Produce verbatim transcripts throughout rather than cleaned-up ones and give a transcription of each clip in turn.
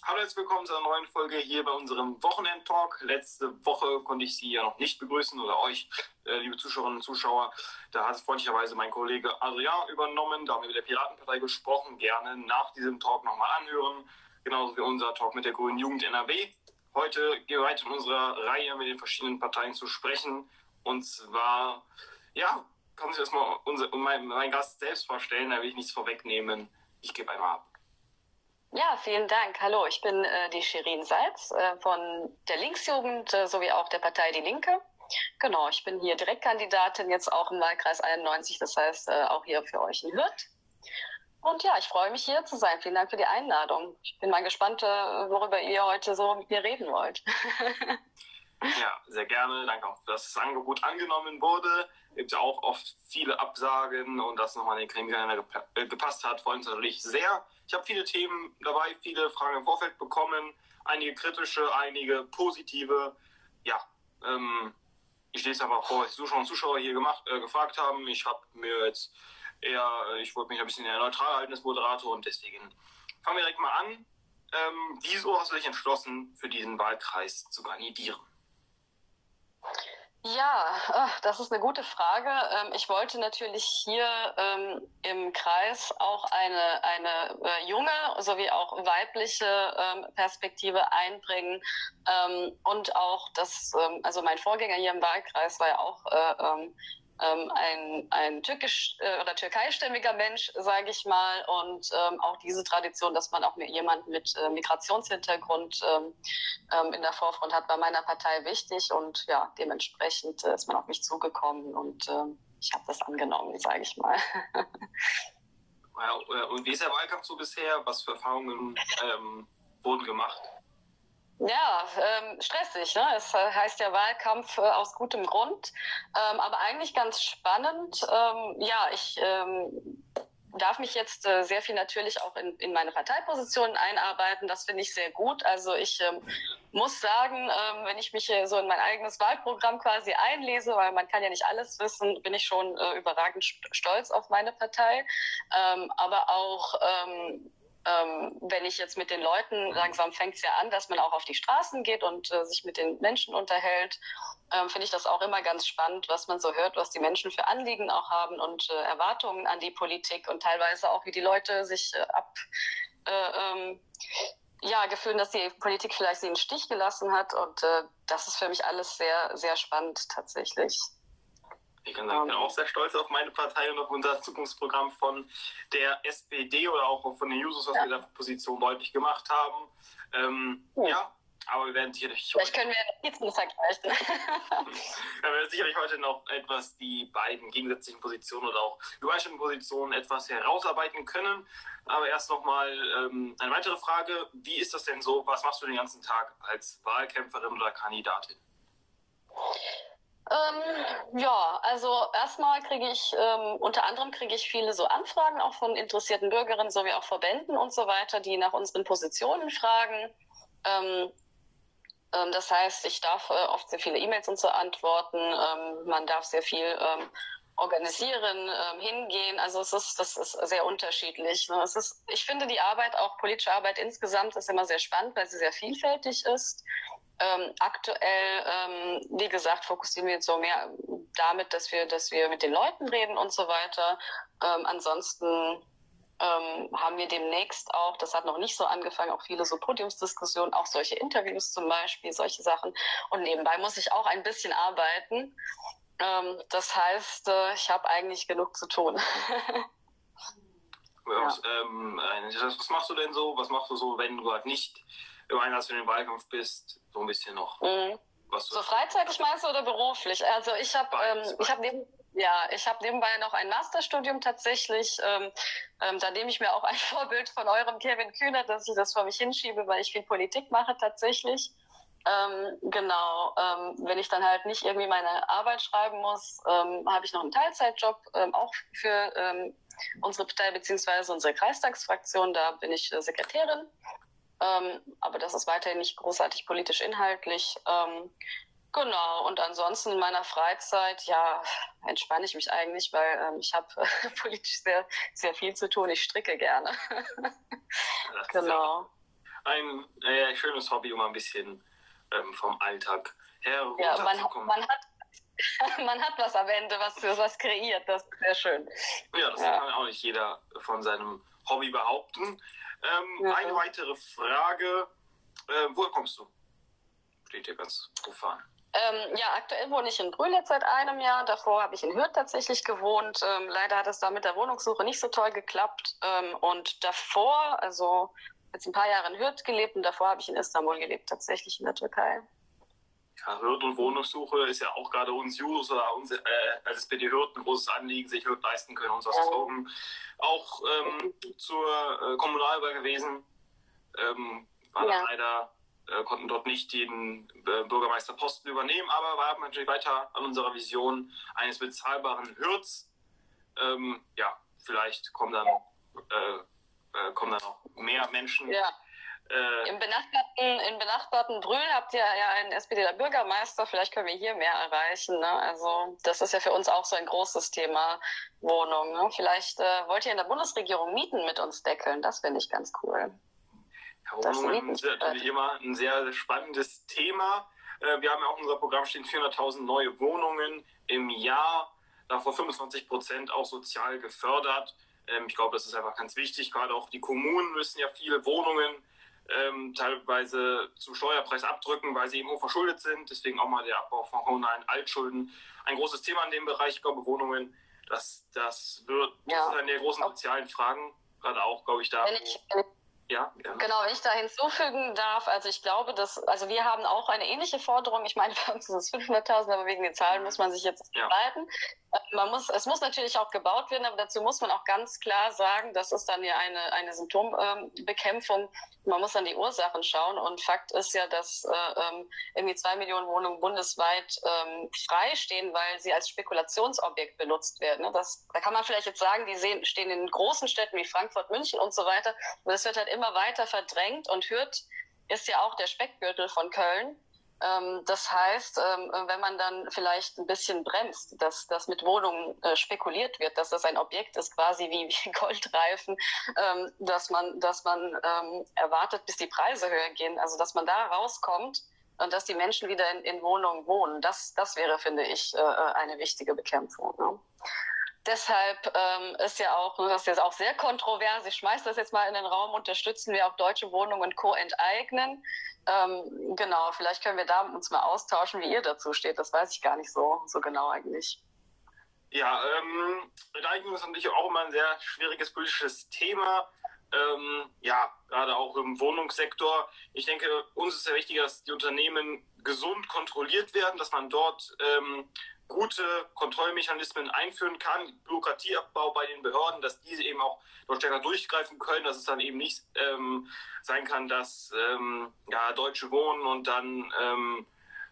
Hallo, herzlich willkommen zu einer neuen Folge hier bei unserem Wochenend-Talk. Letzte Woche konnte ich Sie ja noch nicht begrüßen oder euch, äh, liebe Zuschauerinnen und Zuschauer. Da hat es freundlicherweise mein Kollege Adrian übernommen. Da haben wir mit der Piratenpartei gesprochen. Gerne nach diesem Talk nochmal anhören. Genauso wie unser Talk mit der Grünen Jugend N R W. Heute gehen wir weiter in unserer Reihe mit den verschiedenen Parteien zu sprechen. Und zwar, ja, kann sich erstmal unser, mein, mein Gast selbst vorstellen. Da will ich nichts vorwegnehmen. Ich gebe einmal ab. Ja, vielen Dank. Hallo, ich bin äh, die Shirin Salz äh, von der Linksjugend äh, sowie auch der Partei Die Linke. Genau, ich bin hier Direktkandidatin, jetzt auch im Wahlkreis einundneunzig, das heißt äh, auch hier für euch in Hürth. Und ja, ich freue mich, hier zu sein. Vielen Dank für die Einladung. Ich bin mal gespannt, äh, worüber ihr heute so mit mir reden wollt. Ja, sehr gerne. Danke auch, dass das Angebot angenommen wurde. Es gibt ja auch oft viele Absagen und das nochmal in den Terminkalender gepasst hat, freut uns natürlich sehr. Ich habe viele Themen dabei, viele Fragen im Vorfeld bekommen, einige kritische, einige positive. Ja, ähm, ich lese einfach vor, was die Zuschauer und Zuschauer hier gemacht, äh, gefragt haben. Ich habe mir jetzt eher, ich wollte mich ein bisschen eher neutral halten als Moderator und deswegen fangen wir direkt mal an. Ähm, wieso hast du dich entschlossen, für diesen Wahlkreis zu kandidieren? Ja, das ist eine gute Frage. Ich wollte natürlich hier ähm, im Kreis auch eine, eine äh, junge sowie auch weibliche ähm, Perspektive einbringen. Ähm, und auch das, ähm, also mein Vorgänger hier im Wahlkreis war ja auch äh, ähm, ein, ein türkisch äh, oder türkeistämmiger Mensch, sage ich mal. Und ähm, auch diese Tradition, dass man auch mit jemanden mit äh, Migrationshintergrund ähm, ähm, in der Vorfront hat, war meiner Partei wichtig. Und ja, dementsprechend äh, ist man auf mich zugekommen und äh, ich habe das angenommen, sage ich mal. Ja, und wie ist der Wahlkampf so bisher? Was für Erfahrungen ähm, wurden gemacht? Ja, ähm, stressig, ne? Es heißt ja Wahlkampf äh, aus gutem Grund, ähm, aber eigentlich ganz spannend. Ähm, ja, ich ähm, darf mich jetzt äh, sehr viel natürlich auch in, in meine Parteipositionen einarbeiten. Das finde ich sehr gut. Also ich ähm, muss sagen, ähm, wenn ich mich äh, so in mein eigenes Wahlprogramm quasi einlese, weil man kann ja nicht alles wissen, bin ich schon äh, überragend stolz auf meine Partei. Ähm, aber auch ähm, Ähm, wenn ich jetzt mit den Leuten, langsam fängt es ja an, dass man auch auf die Straßen geht und äh, sich mit den Menschen unterhält, ähm, finde ich das auch immer ganz spannend, was man so hört, was die Menschen für Anliegen auch haben und äh, Erwartungen an die Politik und teilweise auch, wie die Leute sich äh, ab äh, ähm, ja, gefühlen, dass die Politik vielleicht sie in den Stich gelassen hat und äh, das ist für mich alles sehr, sehr spannend tatsächlich. Ich kann sagen, ich bin auch sehr stolz auf meine Partei und auf unser Zukunftsprogramm von der S P D oder auch von den Jusos, was ja. wir in der Position deutlich gemacht haben. Ähm, ja. ja, aber wir werden sicherlich... Vielleicht können wir Notizen vergleichen. Wir werden sicherlich heute noch etwas die beiden gegensätzlichen Positionen oder auch übereinstimmenden Positionen etwas herausarbeiten können. Aber erst nochmal ähm, eine weitere Frage. Wie ist das denn so? Was machst du den ganzen Tag als Wahlkämpferin oder Kandidatin? Ähm, ja, also erstmal kriege ich, ähm, unter anderem kriege ich viele so Anfragen auch von interessierten Bürgerinnen sowie auch Verbänden und so weiter, die nach unseren Positionen fragen. Ähm, ähm, das heißt, ich darf äh, oft sehr viele E-Mails und so antworten. Ähm, man darf sehr viel ähm, organisieren, ähm, hingehen. Also es ist, das ist sehr unterschiedlich. Ne? Es ist, ich finde die Arbeit, auch politische Arbeit insgesamt, ist immer sehr spannend, weil sie sehr vielfältig ist. Ähm, aktuell, ähm, wie gesagt, fokussieren wir jetzt so mehr damit, dass wir, dass wir mit den Leuten reden und so weiter. Ähm, ansonsten ähm, haben wir demnächst auch, das hat noch nicht so angefangen, auch viele so Podiumsdiskussionen, auch solche Interviews zum Beispiel, solche Sachen. Und nebenbei muss ich auch ein bisschen arbeiten. Ähm, das heißt, äh, ich habe eigentlich genug zu tun. Was, ja. ähm, was machst du denn so? Was machst du so, wenn du halt nicht im Einsatz für den Wahlkampf bist? So ein bisschen noch. Mhm. Was so freizeitig meinst du oder beruflich? Also ich habe ähm, ich habe neben ja ich habe nebenbei noch ein Masterstudium tatsächlich. Ähm, ähm, da nehme ich mir auch ein Vorbild von eurem Kevin Kühner, dass ich das vor mich hinschiebe, weil ich viel Politik mache tatsächlich. Ähm, genau, ähm, wenn ich dann halt nicht irgendwie meine Arbeit schreiben muss, ähm, habe ich noch einen Teilzeitjob, ähm, auch für ähm, unsere Partei beziehungsweise unsere Kreistagsfraktion, da bin ich äh, Sekretärin, ähm, aber das ist weiterhin nicht großartig politisch inhaltlich. Ähm, genau, und ansonsten in meiner Freizeit, ja, entspanne ich mich eigentlich, weil ähm, ich habe äh, politisch sehr, sehr viel zu tun, ich stricke gerne. Genau. ein äh, schönes Hobby, um ein bisschen ähm, vom Alltag Ja, herunterzukommen. man hat, man hat, man hat was am Ende, was, was kreiert, das ist sehr schön. Ja, das ja. kann auch nicht jeder von seinem Hobby behaupten. Ähm, ja. Eine weitere Frage, äh, woher kommst du? Steht hier ganz profan. Ähm, ja, aktuell wohne ich in Brühl jetzt seit einem Jahr. Davor habe ich in Hürth tatsächlich gewohnt. Ähm, leider hat es da mit der Wohnungssuche nicht so toll geklappt. Ähm, und davor, also jetzt ein paar Jahre in Hürth gelebt und davor habe ich in Istanbul gelebt, tatsächlich in der Türkei. Ja, Hürth und Wohnungssuche ist ja auch gerade uns Jus oder uns äh, als S P D Hürth ein großes Anliegen, sich Hürth leisten können, uns was ja. Augen. Auch ähm, zur äh, Kommunalwahl gewesen. Ähm, war ja. leider konnten dort nicht den Bürgermeisterposten übernehmen, aber wir haben natürlich weiter an unserer Vision eines bezahlbaren Hürths. Ähm, ja, vielleicht kommen dann, äh, äh, kommen dann noch mehr Menschen. Ja. Äh, Im benachbarten, in benachbarten Brühl habt ihr ja einen S P Dler Bürgermeister, vielleicht können wir hier mehr erreichen. Ne? Also das ist ja für uns auch so ein großes Thema, Wohnung. Ne? Vielleicht äh, wollt ihr in der Bundesregierung Mieten mit uns deckeln, das finde ich ganz cool. Wohnungen sind natürlich immer ein sehr spannendes Thema. Wir haben ja auch in unserem Programm stehen vierhunderttausend neue Wohnungen im Jahr, davor fünfundzwanzig Prozent auch sozial gefördert. Ich glaube, das ist einfach ganz wichtig. Gerade auch die Kommunen müssen ja viele Wohnungen ähm, teilweise zum Steuerpreis abdrücken, weil sie eben hoch verschuldet sind. Deswegen auch mal der Abbau von kommunalen Altschulden. Ein großes Thema in dem Bereich, ich glaube, Wohnungen, das, das wird das ja. ist eine der großen sozialen Fragen. Gerade auch, glaube ich, da. Wenn ich, wenn Ja, gerne. Genau, wenn ich da hinzufügen darf, also ich glaube, dass, also wir haben auch eine ähnliche Forderung. Ich meine, bei uns sind es fünfhunderttausend, aber wegen den Zahlen muss man sich jetzt ja. streiten. Man muss, es muss natürlich auch gebaut werden, aber dazu muss man auch ganz klar sagen, das ist dann ja eine, eine Symptombekämpfung. Man muss an die Ursachen schauen und Fakt ist ja, dass äh, irgendwie zwei Millionen Wohnungen bundesweit ähm, frei stehen, weil sie als Spekulationsobjekt benutzt werden. Das, da kann man vielleicht jetzt sagen, die sehen, stehen in großen Städten wie Frankfurt, München und so weiter, aber das wird halt immer weiter verdrängt und Hürth ist ja auch der Speckgürtel von Köln. Ähm, das heißt, ähm, wenn man dann vielleicht ein bisschen bremst, dass das mit Wohnungen äh, spekuliert wird, dass das ein Objekt ist, quasi wie, wie Goldreifen, ähm, dass man, dass man ähm, erwartet, bis die Preise höher gehen, also dass man da rauskommt und dass die Menschen wieder in, in Wohnungen wohnen, das, das wäre, finde ich, äh, eine wichtige Bekämpfung. Ne? Deshalb ähm, ist ja auch, das ist jetzt auch sehr kontrovers, ich schmeiße das jetzt mal in den Raum, unterstützen wir auch Deutsche Wohnungen und Co. enteignen. Ähm, genau, vielleicht können wir da uns mal austauschen, wie ihr dazu steht. Das weiß ich gar nicht so, so genau eigentlich. Ja, ähm, Enteignung ist natürlich auch immer ein sehr schwieriges politisches Thema. Ähm, ja, gerade auch im Wohnungssektor. Ich denke, uns ist sehr wichtig, dass die Unternehmen gesund kontrolliert werden, dass man dort ähm, gute Kontrollmechanismen einführen kann, Bürokratieabbau bei den Behörden, dass diese eben auch dort stärker durchgreifen können, dass es dann eben nicht ähm, sein kann, dass ähm, ja, Deutsche Wohnen und dann ähm,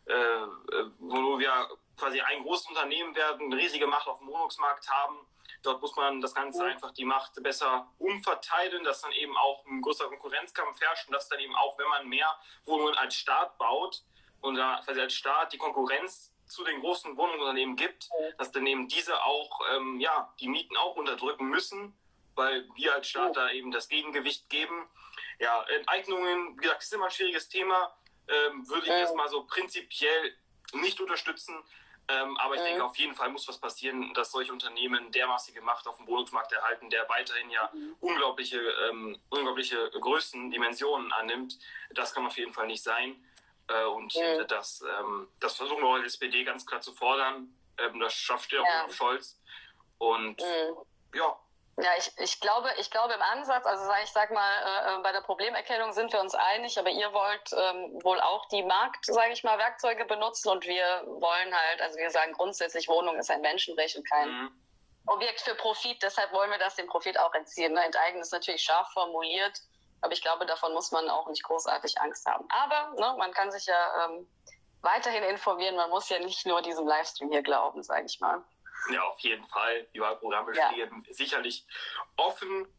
äh, wo wir quasi ein großes Unternehmen werden, eine riesige Macht auf dem Wohnungsmarkt haben. Dort muss man das Ganze mhm. einfach die Macht besser umverteilen, dass dann eben auch ein größerer Konkurrenzkampf herrscht und dass dann eben auch, wenn man mehr Wohnungen als Staat baut und da quasi als Staat die Konkurrenz zu den großen Wohnungsunternehmen gibt, dass dann eben diese auch ähm, ja, die Mieten auch unterdrücken müssen, weil wir als Staat da eben das Gegengewicht geben. Ja, Enteignungen, wie gesagt, ist immer ein schwieriges Thema, ähm, würde ich erstmal so prinzipiell nicht unterstützen, ähm, aber ich denke, auf jeden Fall muss was passieren, dass solche Unternehmen dermaßige Macht auf dem Wohnungsmarkt erhalten, der weiterhin ja unglaubliche, ähm, unglaubliche Größen, Dimensionen annimmt. Das kann auf jeden Fall nicht sein. Und mhm. das, ähm, das versuchen wir als S P D ganz klar zu fordern. Ähm, das schafft ja auch Scholz. Und mhm. ja. Ja, ich, ich glaube, ich glaube im Ansatz, also ich sag mal, äh, bei der Problemerkennung sind wir uns einig, aber ihr wollt ähm, wohl auch die Markt, sage ich mal, Werkzeuge benutzen und wir wollen halt, also wir sagen grundsätzlich, Wohnung ist ein Menschenrecht und kein mhm. Objekt für Profit, deshalb wollen wir das dem Profit auch entziehen. Ne? Enteignen ist natürlich scharf formuliert, aber ich glaube, davon muss man auch nicht großartig Angst haben. Aber ne, man kann sich ja ähm, weiterhin informieren, man muss ja nicht nur diesem Livestream hier glauben, sage ich mal. Ja, auf jeden Fall. Die Wahlprogramme ja. stehen sicherlich offen.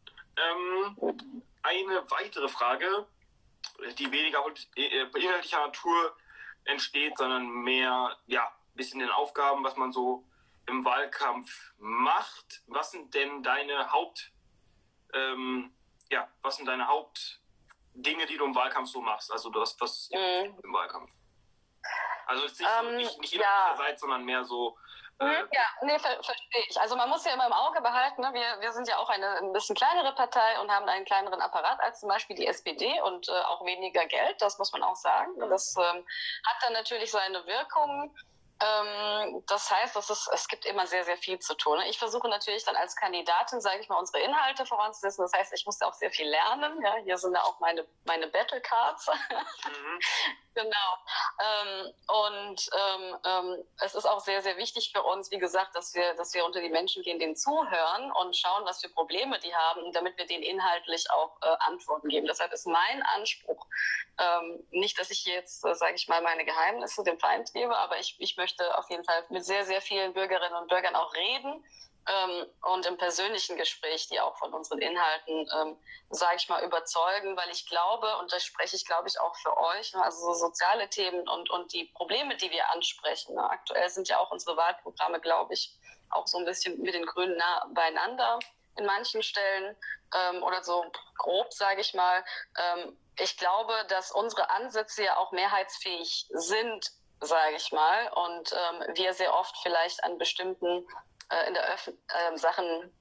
Ähm, eine weitere Frage, die weniger inhaltlicher Natur entsteht, sondern mehr ja, ein bisschen den Aufgaben, was man so im Wahlkampf macht. Was sind denn deine Haupt... Ähm, Ja, was sind deine Haupt, Dinge, die du im Wahlkampf so machst? Also das, was mhm. im Wahlkampf. Also es ist nicht, Ähm, so, nicht, nicht ja. Seite, sondern mehr so. Äh, ja, nee, ver verstehe ich. Also man muss ja immer im Auge behalten, ne? wir, wir sind ja auch eine ein bisschen kleinere Partei und haben einen kleineren Apparat als zum Beispiel die S P D und äh, auch weniger Geld, das muss man auch sagen. Und das ähm, hat dann natürlich seine Wirkung. Ähm, das heißt, es, ist, es gibt immer sehr, sehr viel zu tun. Ich versuche natürlich dann als Kandidatin, sage ich mal, unsere Inhalte voranzusetzen. Das heißt, ich musste auch sehr viel lernen. Ja? Hier sind ja auch meine, meine Battle Cards. Mhm. Genau. Ähm, und ähm, ähm, es ist auch sehr, sehr wichtig für uns, wie gesagt, dass wir, dass wir unter die Menschen gehen, denen zuhören und schauen, was für Probleme die haben, damit wir denen inhaltlich auch äh, Antworten geben. Deshalb ist mein Anspruch, ähm, nicht, dass ich jetzt, äh, sage ich mal, meine Geheimnisse dem Feind gebe, aber ich, ich möchte auf jeden Fall mit sehr, sehr vielen Bürgerinnen und Bürgern auch reden. Ähm, und im persönlichen Gespräch, die auch von unseren Inhalten, ähm, sage ich mal, überzeugen, weil ich glaube, und das spreche ich, glaube ich, auch für euch, ne, also so soziale Themen und, und die Probleme, die wir ansprechen. Ne, aktuell sind ja auch unsere Wahlprogramme, glaube ich, auch so ein bisschen mit den Grünen nah beieinander in manchen Stellen ähm, oder so grob, sage ich mal. Ähm, ich glaube, dass unsere Ansätze ja auch mehrheitsfähig sind, sage ich mal, und ähm, wir sehr oft vielleicht an bestimmten in der Öff äh, Sachen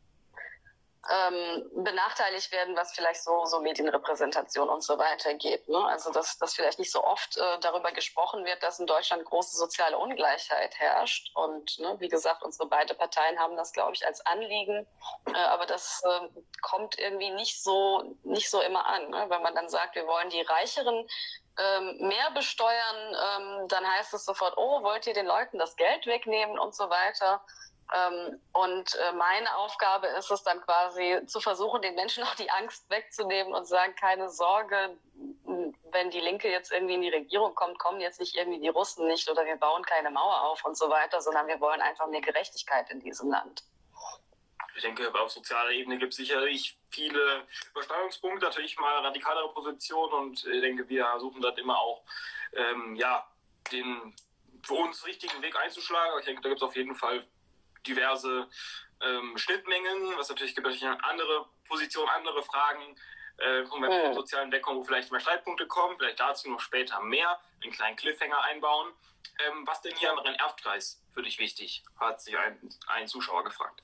ähm, benachteiligt werden, was vielleicht so, so Medienrepräsentation und so weiter geht. Ne? Also dass, dass vielleicht nicht so oft äh, darüber gesprochen wird, dass in Deutschland große soziale Ungleichheit herrscht. Und ne, wie gesagt, unsere beiden Parteien haben das, glaube ich, als Anliegen. Äh, aber das äh, kommt irgendwie nicht so, nicht so immer an. Ne? Wenn man dann sagt, wir wollen die Reicheren ähm, mehr besteuern, ähm, dann heißt es sofort, oh, wollt ihr den Leuten das Geld wegnehmen und so weiter. Ähm, und äh, meine Aufgabe ist es dann quasi zu versuchen, den Menschen auch die Angst wegzunehmen und sagen, keine Sorge, wenn die Linke jetzt irgendwie in die Regierung kommt, kommen jetzt nicht irgendwie die Russen nicht oder wir bauen keine Mauer auf und so weiter, sondern wir wollen einfach mehr Gerechtigkeit in diesem Land. Ich denke, auf sozialer Ebene gibt es sicherlich viele Überschneidungspunkte, natürlich mal radikalere Positionen und ich denke, wir versuchen dann immer auch, ähm, ja, den für uns richtigen Weg einzuschlagen. Aber ich denke, da gibt es auf jeden Fall diverse ähm, Schnittmengen, was natürlich gibt natürlich andere Positionen, andere Fragen äh, von der ja. sozialen Deckung, wo vielleicht mehr Streitpunkte kommen, vielleicht dazu noch später mehr, einen kleinen Cliffhanger einbauen. Ähm, was denn hier im Rhein-Erft-Kreis für dich wichtig, hat sich ein, ein Zuschauer gefragt.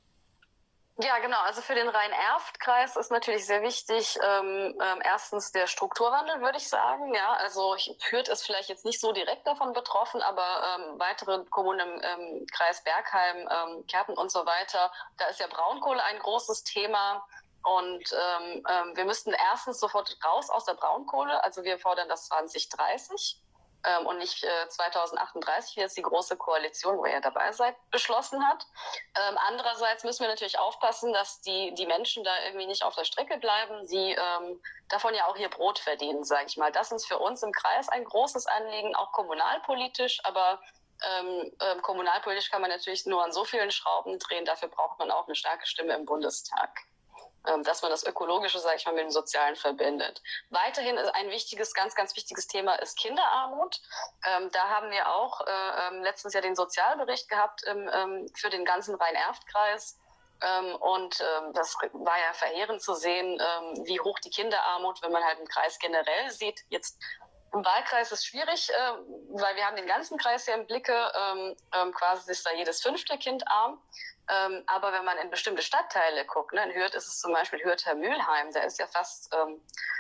Ja, genau. Also für den Rhein-Erft-Kreis ist natürlich sehr wichtig, ähm, ähm, erstens der Strukturwandel, würde ich sagen. Ja, also Fürth ist vielleicht jetzt nicht so direkt davon betroffen, aber ähm, weitere Kommunen im ähm, Kreis Bergheim, ähm, Kerpen und so weiter, da ist ja Braunkohle ein großes Thema. Und ähm, ähm, wir müssten erstens sofort raus aus der Braunkohle. Also wir fordern das zwanzig dreißig. Ähm, und nicht äh, zweitausendachtunddreißig, wie jetzt die Große Koalition, wo ihr dabei seid, beschlossen hat. Ähm, andererseits müssen wir natürlich aufpassen, dass die, die Menschen da irgendwie nicht auf der Strecke bleiben, die ähm, davon ja auch ihr Brot verdienen, sage ich mal. Das ist für uns im Kreis ein großes Anliegen, auch kommunalpolitisch, aber ähm, äh, kommunalpolitisch kann man natürlich nur an so vielen Schrauben drehen, dafür braucht man auch eine starke Stimme im Bundestag. Dass man das Ökologische, sage ich mal, mit dem Sozialen verbindet. Weiterhin ist ein wichtiges, ganz, ganz wichtiges Thema ist Kinderarmut. Ähm, da haben wir auch äh, letztens ja den Sozialbericht gehabt ähm, für den ganzen Rhein-Erft-Kreis. Ähm, und ähm, das war ja verheerend zu sehen, ähm, wie hoch die Kinderarmut, wenn man halt im Kreis generell sieht. Jetzt im Wahlkreis ist es schwierig, äh, weil wir haben den ganzen Kreis ja im Blicke. Ähm, ähm, quasi ist da jedes fünfte Kind arm. Ähm, aber wenn man in bestimmte Stadtteile guckt, ne, in Hürth ist es zum Beispiel Hürther-Mühlheim, da ist ja fast, ähm,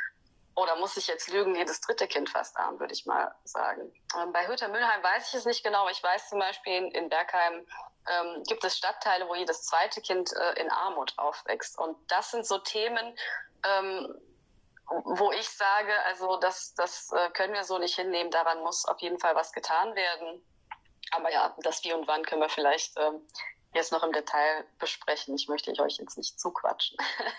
oder muss ich jetzt lügen, jedes dritte Kind fast arm, würde ich mal sagen. Ähm, bei Hürther-Mühlheim weiß ich es nicht genau, aber ich weiß zum Beispiel in, in Bergheim ähm, gibt es Stadtteile, wo jedes zweite Kind äh, in Armut aufwächst. Und das sind so Themen, ähm, wo ich sage, also das, das äh, können wir so nicht hinnehmen, daran muss auf jeden Fall was getan werden. Aber ja, das Wie und Wann können wir vielleicht ähm, jetzt noch im Detail besprechen. Ich möchte euch jetzt nicht zuquatschen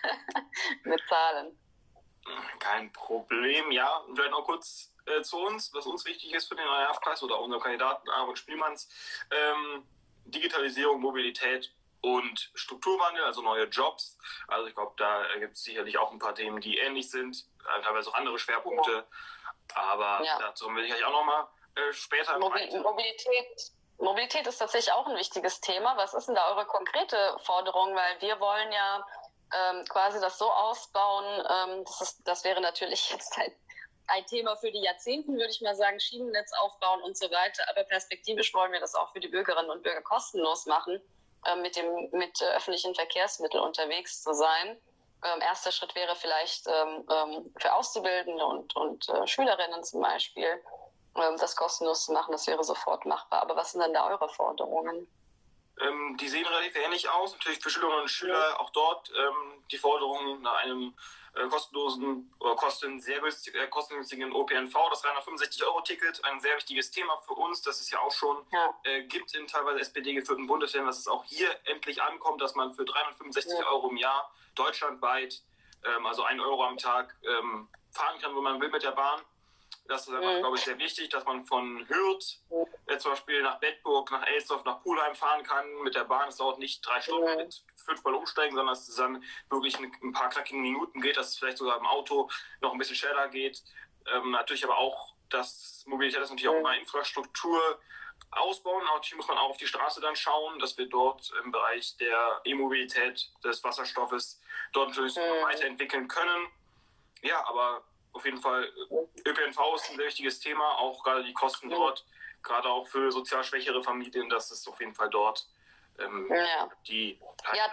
mit Zahlen. Kein Problem, ja. Und vielleicht noch kurz äh, zu uns, was uns wichtig ist für den Rhein-Erft-Kreis oder unserem Kandidaten Aaron Spielmanns. Ähm, Digitalisierung, Mobilität und Strukturwandel, also neue Jobs. Also ich glaube, da gibt es sicherlich auch ein paar Themen, die ähnlich sind, teilweise auch andere Schwerpunkte. Ja. Aber ja. dazu will ich euch auch nochmal äh, später... Mobil Mobilität. Mobilität ist tatsächlich auch ein wichtiges Thema. Was ist denn da eure konkrete Forderung? Weil wir wollen ja ähm, quasi das so ausbauen, ähm, das, ist, das wäre natürlich jetzt ein ein Thema für die Jahrzehnten, würde ich mal sagen, Schienennetz aufbauen und so weiter. Aber perspektivisch wollen wir das auch für die Bürgerinnen und Bürger kostenlos machen, äh, mit dem mit äh, öffentlichen Verkehrsmitteln unterwegs zu sein. Ähm, erster Schritt wäre vielleicht ähm, ähm, für Auszubildende und, und äh, Schülerinnen zum Beispiel, ähm, das kostenlos zu machen. Das wäre sofort machbar. Aber was sind dann da eure Forderungen? Ähm, die sehen relativ ähnlich aus. Natürlich für Schülerinnen und Schüler ja. auch dort ähm, die Forderung nach einem äh, kostenlosen oder kosten sehr günstig, äh, kostengünstigen O P N V, das dreihundertfünfundsechzig Euro Ticket, ein sehr wichtiges Thema für uns, das es ja auch schon ja. äh, gibt in teilweise S P D-geführten Bundesländern, dass es auch hier endlich ankommt, dass man für dreihundertfünfundsechzig ja. Euro im Jahr deutschlandweit, ähm, also ein Euro am Tag, ähm, fahren kann, wo man will mit der Bahn. Das ist einfach, mhm. glaube ich, sehr wichtig, dass man von Hürth äh, zum Beispiel nach Bedburg, nach Elsdorf, nach Pulheim fahren kann mit der Bahn. Es dauert nicht drei Stunden mhm. mit fünfmal umsteigen, sondern dass es dann wirklich ein, ein paar knackigen Minuten geht, dass es vielleicht sogar im Auto noch ein bisschen schneller geht. Ähm, natürlich aber auch, dass Mobilität ist natürlich mhm. auch eine Infrastruktur ausbauen. Natürlich muss man auch auf die Straße dann schauen, dass wir dort im Bereich der E-Mobilität des Wasserstoffes dort natürlich mhm. noch weiterentwickeln können. Ja, aber auf jeden Fall, Ö P N V ist ein sehr wichtiges Thema, auch gerade die Kosten ja. dort, gerade auch für sozial schwächere Familien, das ist auf jeden Fall dort ähm, ja. die Ja,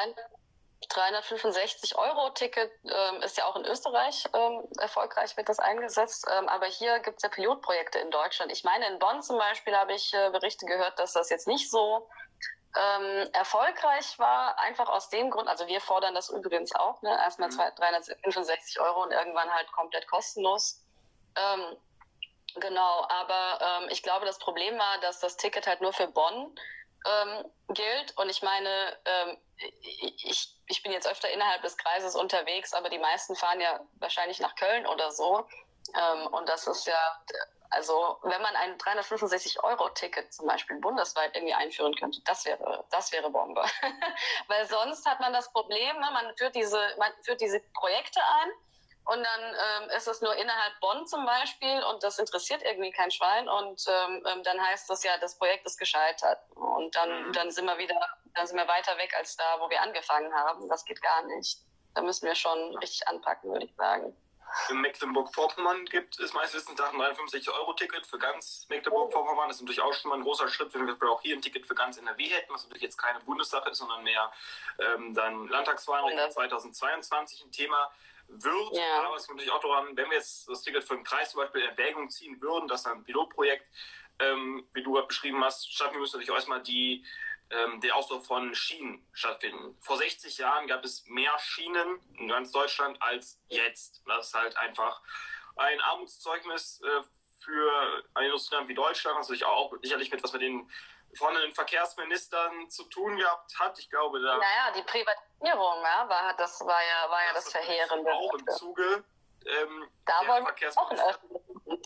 dreihundertfünfundsechzig Euro Ticket ähm, ist ja auch in Österreich ähm, erfolgreich, wird das eingesetzt, ähm, aber hier gibt es ja Pilotprojekte in Deutschland. Ich meine, in Bonn zum Beispiel habe ich äh, Berichte gehört, dass das jetzt nicht so Ähm, erfolgreich war, einfach aus dem Grund, also wir fordern das übrigens auch, ne? Erstmal mhm. dreihundertfünfundsechzig Euro und irgendwann halt komplett kostenlos. Ähm, genau, aber ähm, ich glaube, das Problem war, dass das Ticket halt nur für Bonn ähm, gilt und ich meine, ähm, ich, ich bin jetzt öfter innerhalb des Kreises unterwegs, aber die meisten fahren ja wahrscheinlich nach Köln oder so ähm, und das ist ja... Also wenn man ein dreihundertfünfundsechzig Euro Ticket zum Beispiel bundesweit irgendwie einführen könnte, das wäre, das wäre Bombe. Weil sonst hat man das Problem, ne, man führt diese, man führt diese Projekte ein und dann ähm, ist es nur innerhalb Bonn zum Beispiel und das interessiert irgendwie kein Schwein und ähm, dann heißt das ja, das Projekt ist gescheitert und dann, mhm. dann sind wir wieder, dann sind wir weiter weg als da, wo wir angefangen haben. Das geht gar nicht. Da müssen wir schon richtig anpacken, würde ich sagen. In Mecklenburg-Vorpommern gibt es meines Wissens nach ein dreihundertfünfundsechzig Euro Ticket für ganz Mecklenburg-Vorpommern. Das ist natürlich auch schon mal ein großer Schritt, wenn wir auch hier ein Ticket für ganz N R W hätten, was natürlich jetzt keine Bundessache ist, sondern mehr ähm, dann Landtagswahlen zweitausendzweiundzwanzig ein Thema wird. Ja. Aber es kommt natürlich auch daran, wenn wir jetzt das Ticket für den Kreis zum Beispiel in Erwägung ziehen würden, dass ein Pilotprojekt, ähm, wie du gerade beschrieben hast, stattfinden müsste, natürlich auch erstmal die der Ausbau von Schienen stattfinden. Vor sechzig Jahren gab es mehr Schienen in ganz Deutschland als jetzt. Das ist halt einfach ein Armutszeugnis äh, für ein Industrieland wie Deutschland, was natürlich auch sicherlich mit was mit den vorhandenen Verkehrsministern zu tun gehabt hat. Ich glaube, da... Naja, die Privatisierung, ja, war, das war ja, war ja das, das Verheerende. Auch im Zuge ähm, da wollen wir auch in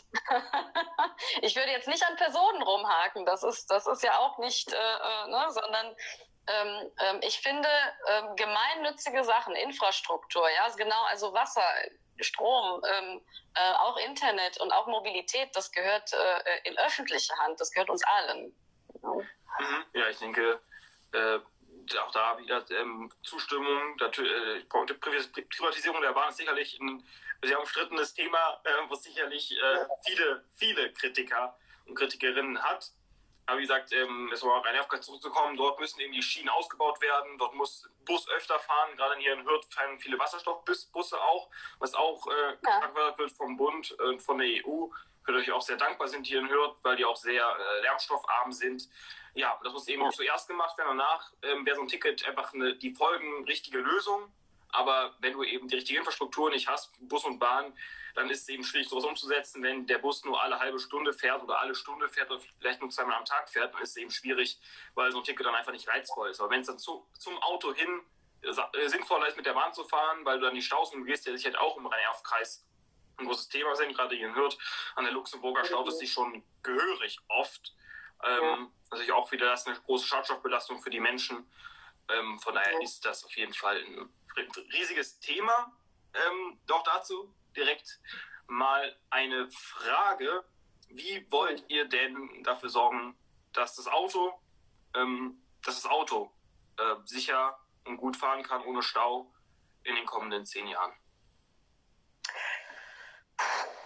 Ich würde jetzt nicht an Personen rumhaken, das ist, das ist ja auch nicht, äh, ne, sondern ähm, ähm, ich finde ähm, gemeinnützige Sachen, Infrastruktur, ja, genau, also Wasser, Strom, ähm, äh, auch Internet und auch Mobilität, das gehört äh, in öffentliche Hand, das gehört uns allen. Ja, mhm. ja ich denke, äh, auch da wieder ähm, Zustimmung, äh, Privatisierung der Bahn ist sicherlich ein sehr umstrittenes Thema, äh, was sicherlich äh, viele, viele Kritiker und Kritikerinnen hat. Aber wie gesagt, ähm, es war auch eine Aufgabe zurückzukommen, dort müssen eben die Schienen ausgebaut werden, dort muss Bus öfter fahren, gerade hier in Hürth fahren viele Wasserstoffbusse auch, was auch äh, gefördert wird vom Bund und von der E U, für die auch sehr dankbar sind hier in Hürth, weil die auch sehr äh, lärmstoffarm sind. Ja, das muss eben ja. zuerst gemacht werden, danach ähm, wäre so ein Ticket einfach eine, die folgenrichtige Lösung. Aber wenn du eben die richtige Infrastruktur nicht hast, Bus und Bahn, dann ist es eben schwierig, sowas umzusetzen. Wenn der Bus nur alle halbe Stunde fährt oder alle Stunde fährt oder vielleicht nur zweimal am Tag fährt, dann ist es eben schwierig, weil so ein Ticket dann einfach nicht reizvoll ist. Aber wenn es dann zu, zum Auto hin äh, sinnvoller ist, mit der Bahn zu fahren, weil du dann die Staus umgehst, der sich halt auch im Rhein-Erf-Kreis ein großes Thema sind, gerade hier in Hürth, an der Luxemburger staut es sich schon gehörig oft. Ähm, natürlich auch wieder das eine große Schadstoffbelastung für die Menschen. Ähm, von daher ist das auf jeden Fall ein riesiges Thema. Ähm, doch dazu direkt mal eine Frage. Wie wollt ihr denn dafür sorgen, dass das Auto, ähm, dass das Auto äh, sicher und gut fahren kann ohne Stau in den kommenden zehn Jahren?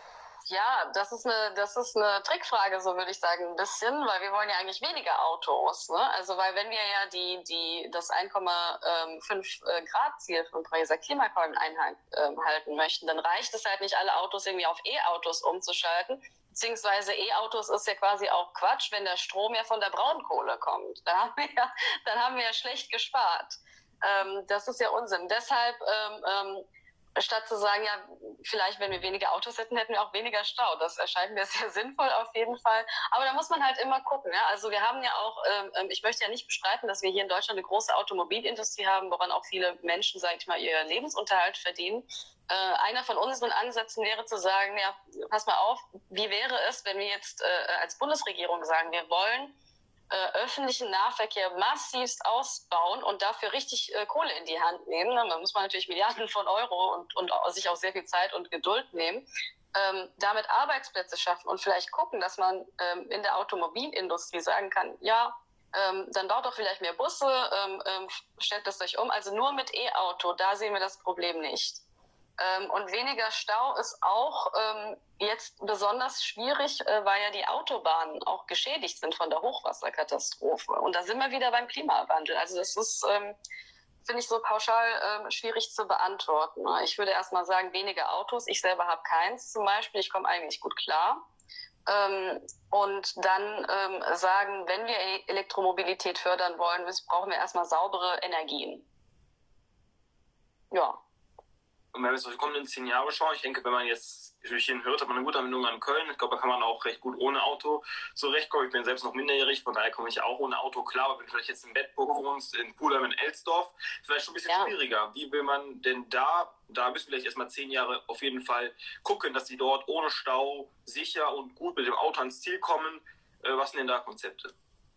Ja, das ist eine, das ist eine Trickfrage, so würde ich sagen, ein bisschen, weil wir wollen ja eigentlich weniger Autos, ne? Also, weil wenn wir ja die, die, das eins Komma fünf Grad Ziel von Pariser Klimaabkommen einhalten möchten, dann reicht es halt nicht, alle Autos irgendwie auf E-Autos umzuschalten. Beziehungsweise E-Autos ist ja quasi auch Quatsch, wenn der Strom ja von der Braunkohle kommt. Da haben wir ja, dann haben wir ja schlecht gespart. Ähm, das ist ja Unsinn. Deshalb, ähm, ähm, statt zu sagen, ja, vielleicht, wenn wir weniger Autos hätten, hätten wir auch weniger Stau. Das erscheint mir sehr sinnvoll auf jeden Fall. Aber da muss man halt immer gucken. Ja? Also wir haben ja auch, ähm, ich möchte ja nicht bestreiten, dass wir hier in Deutschland eine große Automobilindustrie haben, woran auch viele Menschen, sage ich mal, ihr Lebensunterhalt verdienen. Äh, einer von unseren Ansätzen wäre zu sagen, ja, pass mal auf, wie wäre es, wenn wir jetzt äh, als Bundesregierung sagen, wir wollen Äh, öffentlichen Nahverkehr massivst ausbauen und dafür richtig äh, Kohle in die Hand nehmen. Da muss man natürlich Milliarden von Euro und, und sich auch sehr viel Zeit und Geduld nehmen. Ähm, damit Arbeitsplätze schaffen und vielleicht gucken, dass man ähm, in der Automobilindustrie sagen kann, ja, ähm, dann baut doch vielleicht mehr Busse, ähm, ähm, stellt das euch um. Also nur mit E-Auto, da sehen wir das Problem nicht. Ähm, und weniger Stau ist auch ähm, jetzt besonders schwierig, äh, weil ja die Autobahnen auch geschädigt sind von der Hochwasserkatastrophe. Und da sind wir wieder beim Klimawandel. Also das ist, ähm, finde ich, so pauschal ähm, schwierig zu beantworten. Ich würde erst mal sagen, weniger Autos. Ich selber habe keins zum Beispiel. Ich komme eigentlich gut klar. Ähm, und dann ähm, sagen, wenn wir Elektromobilität fördern wollen, brauchen wir erstmal saubere Energien. Ja. Und wenn wir jetzt auf die kommenden zehn Jahre schauen, ich denke, wenn man jetzt durch ihn hört, hat man eine gute Anbindung an Köln. Ich glaube, da kann man auch recht gut ohne Auto zurechtkommen. Ich bin selbst noch minderjährig, von daher komme ich auch ohne Auto klar. Aber wenn du vielleicht jetzt in Bedburg wohnst, in Pulheim, in Elsdorf, vielleicht schon ein bisschen ja. schwieriger. Wie will man denn da, da müssen wir vielleicht erstmal zehn Jahre auf jeden Fall gucken, dass die dort ohne Stau sicher und gut mit dem Auto ans Ziel kommen. Was sind denn da Konzepte?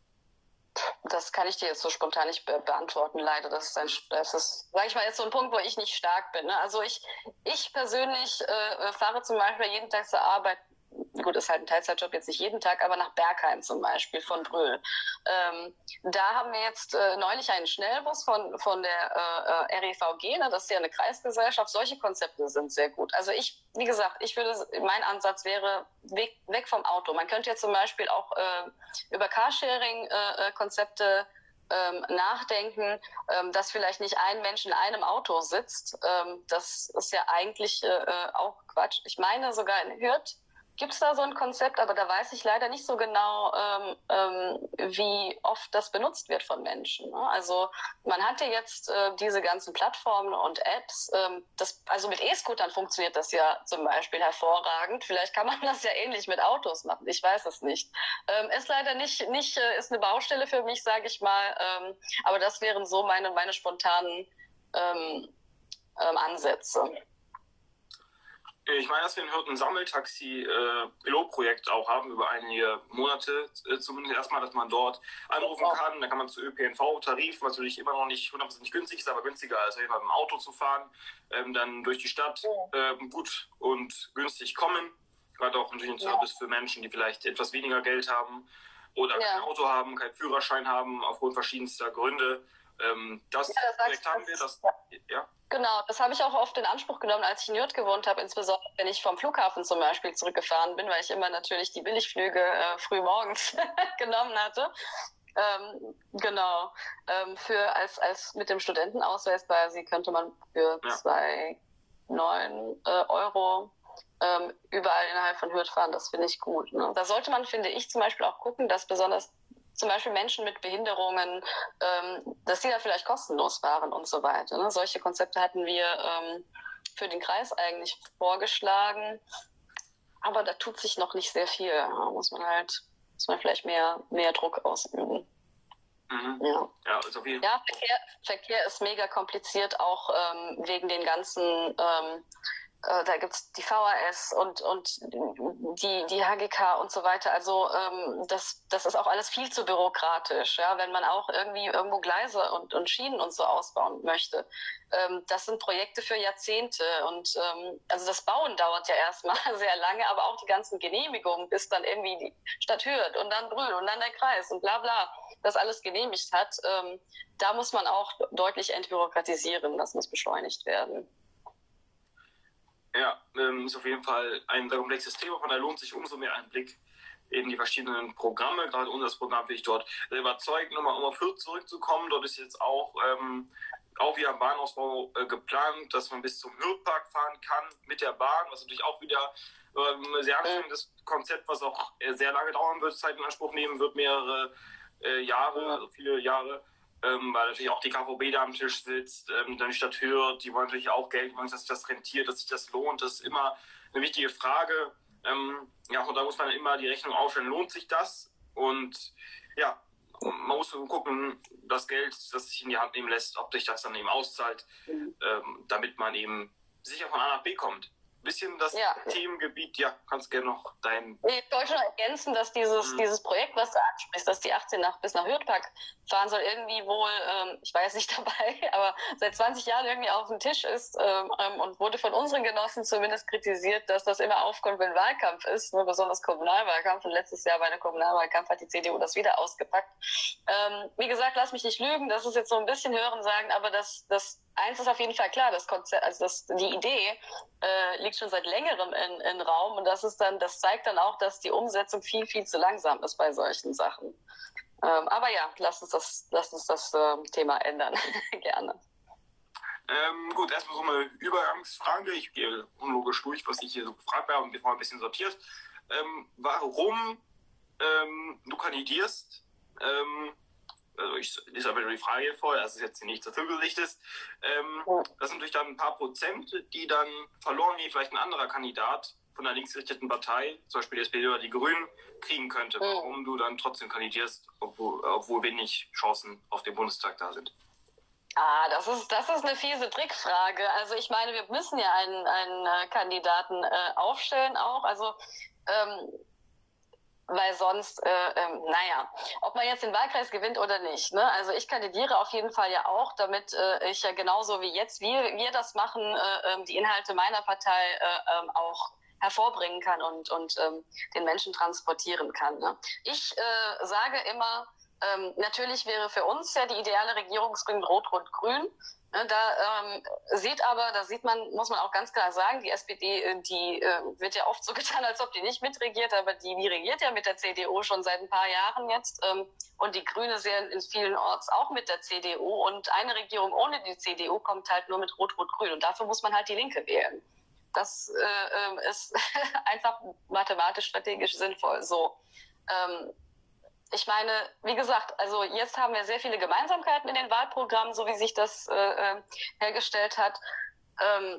Das kann ich dir jetzt so spontan nicht be beantworten, leider. Das ist, ein, das ist, sag ich mal, jetzt so ein Punkt, wo ich nicht stark bin. Ne? Also ich, ich persönlich äh, fahre zum Beispiel jeden Tag zur Arbeit, gut, ist halt ein Teilzeitjob, jetzt nicht jeden Tag, aber nach Bergheim zum Beispiel von Brühl. Ähm, da haben wir jetzt äh, neulich einen Schnellbus von, von der äh, R E V G, ne? Das ist ja eine Kreisgesellschaft. Solche Konzepte sind sehr gut. Also ich, wie gesagt, ich würde, mein Ansatz wäre weg, weg vom Auto. Man könnte ja zum Beispiel auch äh, über Carsharing-Konzepte äh, ähm, nachdenken, ähm, dass vielleicht nicht ein Mensch in einem Auto sitzt. Ähm, das ist ja eigentlich äh, auch Quatsch. Ich meine, sogar in Hürth gibt es da so ein Konzept, aber da weiß ich leider nicht so genau, ähm, ähm, wie oft das benutzt wird von Menschen. Ne? Also man hat ja jetzt äh, diese ganzen Plattformen und Apps. Ähm, das, also mit E-Scootern funktioniert das ja zum Beispiel hervorragend. Vielleicht kann man das ja ähnlich mit Autos machen. Ich weiß es nicht. Ähm, ist leider nicht, nicht äh, ist eine Baustelle für mich, sage ich mal. Ähm, aber das wären so meine, meine spontanen ähm, ähm, Ansätze. Ich meine, dass wir in Hürth ein Sammeltaxi-Pilotprojekt äh, auch haben über einige Monate. Äh, zumindest erstmal, dass man dort anrufen kann. Da kann man zu Ö P N V-Tarif, was natürlich immer noch nicht hundertprozentig günstig ist, aber günstiger als auf jeden Fall mit dem Auto zu fahren, ähm, dann durch die Stadt äh, gut und günstig kommen. Gerade auch natürlich ein Service ja. für Menschen, die vielleicht etwas weniger Geld haben oder ja. kein Auto haben, keinen Führerschein haben, aufgrund verschiedenster Gründe. Ähm, das, ja, das Projekt haben wir. Das, ja. Genau, das habe ich auch oft in Anspruch genommen, als ich in Hürth gewohnt habe, insbesondere wenn ich vom Flughafen zum Beispiel zurückgefahren bin, weil ich immer natürlich die Billigflüge äh, früh morgens genommen hatte. Ähm, genau, ähm, für als, als mit dem Studentenausweis quasi könnte man für ja. zwei neun äh, Euro ähm, überall innerhalb von Hürth fahren, das finde ich gut. Ne? Da sollte man, finde ich, zum Beispiel auch gucken, dass besonders zum Beispiel Menschen mit Behinderungen, ähm, dass die da vielleicht kostenlos fahren und so weiter. Ne? Solche Konzepte hatten wir ähm, für den Kreis eigentlich vorgeschlagen, aber da tut sich noch nicht sehr viel. Da muss man halt, muss man vielleicht mehr, mehr Druck ausüben. Mhm. Ja, ja, ist auf jeden Fall. Ja, Verkehr, Verkehr ist mega kompliziert, auch ähm, wegen den ganzen ähm, da gibt's die V H S und, und die, die H G K und so weiter. Also ähm, das, das ist auch alles viel zu bürokratisch, ja, wenn man auch irgendwie irgendwo Gleise und, und Schienen und so ausbauen möchte. Ähm, das sind Projekte für Jahrzehnte und ähm, also das Bauen dauert ja erstmal sehr lange, aber auch die ganzen Genehmigungen, bis dann irgendwie die Stadt Hürth und dann Brühl und dann der Kreis und bla bla, das alles genehmigt hat. Ähm, da muss man auch deutlich entbürokratisieren, das muss beschleunigt werden. Ja, ähm, ist auf jeden Fall ein sehr komplexes Thema, von daher lohnt sich umso mehr ein Blick in die verschiedenen Programme. Gerade unser Programm bin ich dort sehr überzeugt. Nochmal um auf Fürth zurückzukommen, dort ist jetzt auch, ähm, auch wieder ein Bahnausbau äh, geplant, dass man bis zum Hürthpark fahren kann mit der Bahn, was natürlich auch wieder ähm, ein sehr anstrengendes Konzept, was auch äh, sehr lange dauern wird, Zeit in Anspruch nehmen wird, mehrere äh, Jahre, also viele Jahre. Ähm, weil natürlich auch die K V B da am Tisch sitzt, ähm, dann die Stadt Hürth, die wollen natürlich auch Geld machen, dass sich das rentiert, dass sich das lohnt. Das ist immer eine wichtige Frage. Ähm, ja, und da muss man immer die Rechnung aufstellen, lohnt sich das? Und ja, man muss gucken, das Geld, das sich in die Hand nehmen lässt, ob sich das dann eben auszahlt, ähm, damit man eben sicher von A nach B kommt. Bisschen das ja. Themengebiet, ja, kannst gerne noch dein... Ich wollte schon ergänzen, dass dieses, hm. dieses Projekt, was du ansprichst, dass die achtzehn nach, bis nach Hürthpark fahren soll, irgendwie wohl, ähm, ich war jetzt nicht dabei, aber seit zwanzig Jahren irgendwie auf dem Tisch ist ähm, und wurde von unseren Genossen zumindest kritisiert, dass das immer aufkommt, wenn Wahlkampf ist, ne, besonders Kommunalwahlkampf. Und letztes Jahr bei der Kommunalwahlkampf hat die C D U das wieder ausgepackt. Ähm, wie gesagt, lass mich nicht lügen, das ist jetzt so ein bisschen Hören sagen, aber das, das eins ist auf jeden Fall klar, das Konzept, also das, die Idee äh, liegt schon seit längerem in, in Raum und das ist dann, das zeigt dann auch, dass die Umsetzung viel, viel zu langsam ist bei solchen Sachen. Ähm, aber ja, lass uns das, lass uns das äh, Thema ändern. Gerne. Ähm, gut, erstmal so eine Übergangsfrage. Ich gehe unlogisch durch, was ich hier so gefragt habe und wir haben ein bisschen sortiert. Ähm, warum ähm, du kandidierst? Ähm, Also ich lese aber die Frage hier vor, das ist jetzt nicht so viel Gesicht ist. Ähm, das sind natürlich dann ein paar Prozent, die dann verloren wie vielleicht ein anderer Kandidat von einer linksgerichteten Partei, zum Beispiel die S P D oder die Grünen, kriegen könnte. Warum du dann trotzdem kandidierst, obwohl, obwohl wenig Chancen auf den Bundestag da sind. Ah, das ist, das ist eine fiese Trickfrage. Also ich meine, wir müssen ja einen, einen Kandidaten äh, aufstellen auch. Also ähm, weil sonst, äh, ähm, naja, ob man jetzt den Wahlkreis gewinnt oder nicht, ne? Also ich kandidiere auf jeden Fall ja auch, damit äh, ich ja genauso wie jetzt wir, wir das machen, äh, die Inhalte meiner Partei äh, äh, auch hervorbringen kann und, und ähm, den Menschen transportieren kann. Ne? Ich äh, sage immer, ähm, natürlich wäre für uns ja die ideale Regierungsgrün Rot-Rot-Grün. Da ähm, sieht aber, da sieht man, muss man auch ganz klar sagen, die S P D, die äh, wird ja oft so getan, als ob die nicht mitregiert, aber die, die regiert ja mit der C D U schon seit ein paar Jahren jetzt ähm, und die Grüne sehr in vielen Orts auch mit der C D U und eine Regierung ohne die C D U kommt halt nur mit Rot-Rot-Grün und dafür muss man halt die Linke wählen. Das äh, ist einfach mathematisch, strategisch sinnvoll. So. Ähm, Ich meine, wie gesagt, also jetzt haben wir sehr viele Gemeinsamkeiten in den Wahlprogrammen, so wie sich das äh, hergestellt hat. Ähm,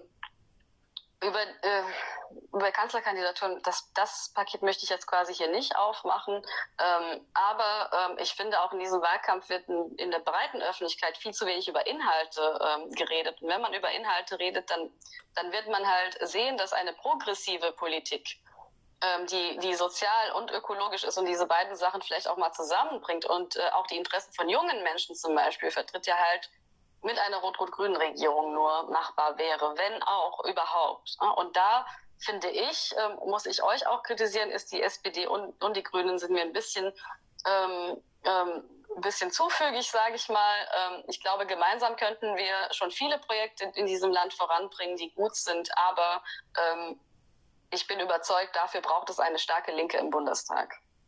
über, äh, über Kanzlerkandidaturen, das, das Paket möchte ich jetzt quasi hier nicht aufmachen. Ähm, aber ähm, ich finde, auch in diesem Wahlkampf wird in der breiten Öffentlichkeit viel zu wenig über Inhalte ähm, geredet. Und wenn man über Inhalte redet, dann, dann wird man halt sehen, dass eine progressive Politik, Die, die sozial und ökologisch ist und diese beiden Sachen vielleicht auch mal zusammenbringt und äh, auch die Interessen von jungen Menschen zum Beispiel vertritt, ja halt mit einer rot-rot-grünen Regierung nur machbar wäre, wenn auch überhaupt. Und da finde ich, ähm, muss ich euch auch kritisieren, ist die S P D und, und die Grünen sind mir ein bisschen, ähm, ähm, ein bisschen zufügig, sage ich mal. Ähm, ich glaube, gemeinsam könnten wir schon viele Projekte in diesem Land voranbringen, die gut sind, aber ähm, ich bin überzeugt, dafür braucht es eine starke Linke im Bundestag.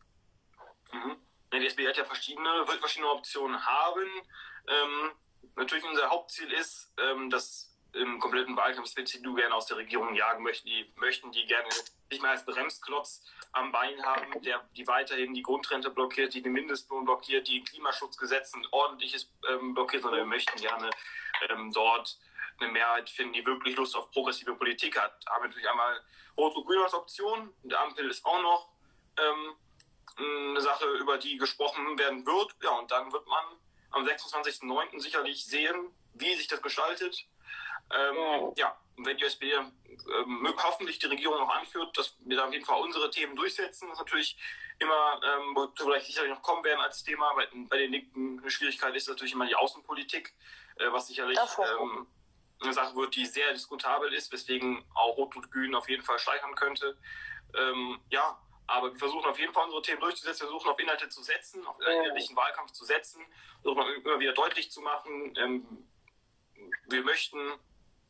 Mhm. Die S P D hat ja verschiedene, wird verschiedene Optionen haben. Ähm, natürlich unser Hauptziel ist, ähm, dass im kompletten Wahlkampf die C D U gerne aus der Regierung jagen möchten. Die möchten die gerne nicht mehr als Bremsklotz am Bein haben, der die weiterhin die Grundrente blockiert, die den Mindestlohn blockiert, die Klimaschutzgesetze ein ordentliches ähm, blockiert, sondern wir möchten gerne ähm, dort eine Mehrheit finden, die wirklich Lust auf progressive Politik hat. Da haben wir natürlich einmal Rot-Rot-Grün als Option. Der Ampel ist auch noch ähm, eine Sache, über die gesprochen werden wird. Ja, und dann wird man am sechsundzwanzigsten neunten sicherlich sehen, wie sich das gestaltet. Ähm, ja, und wenn die S P D ähm, hoffentlich die Regierung noch anführt, dass wir da auf jeden Fall unsere Themen durchsetzen, das natürlich immer, ähm, wozu vielleicht sicherlich noch kommen werden als Thema. Bei, bei den Linken eine Schwierigkeit ist natürlich immer die Außenpolitik, äh, was sicherlich ähm, eine Sache wird, die sehr diskutabel ist, weswegen auch Rot-Rot-Grün auf jeden Fall steigern könnte. Ähm, ja, aber wir versuchen auf jeden Fall unsere Themen durchzusetzen, wir versuchen auf Inhalte zu setzen, auf inhaltlichen Wahlkampf zu setzen, versuchen immer wieder deutlich zu machen, ähm, wir möchten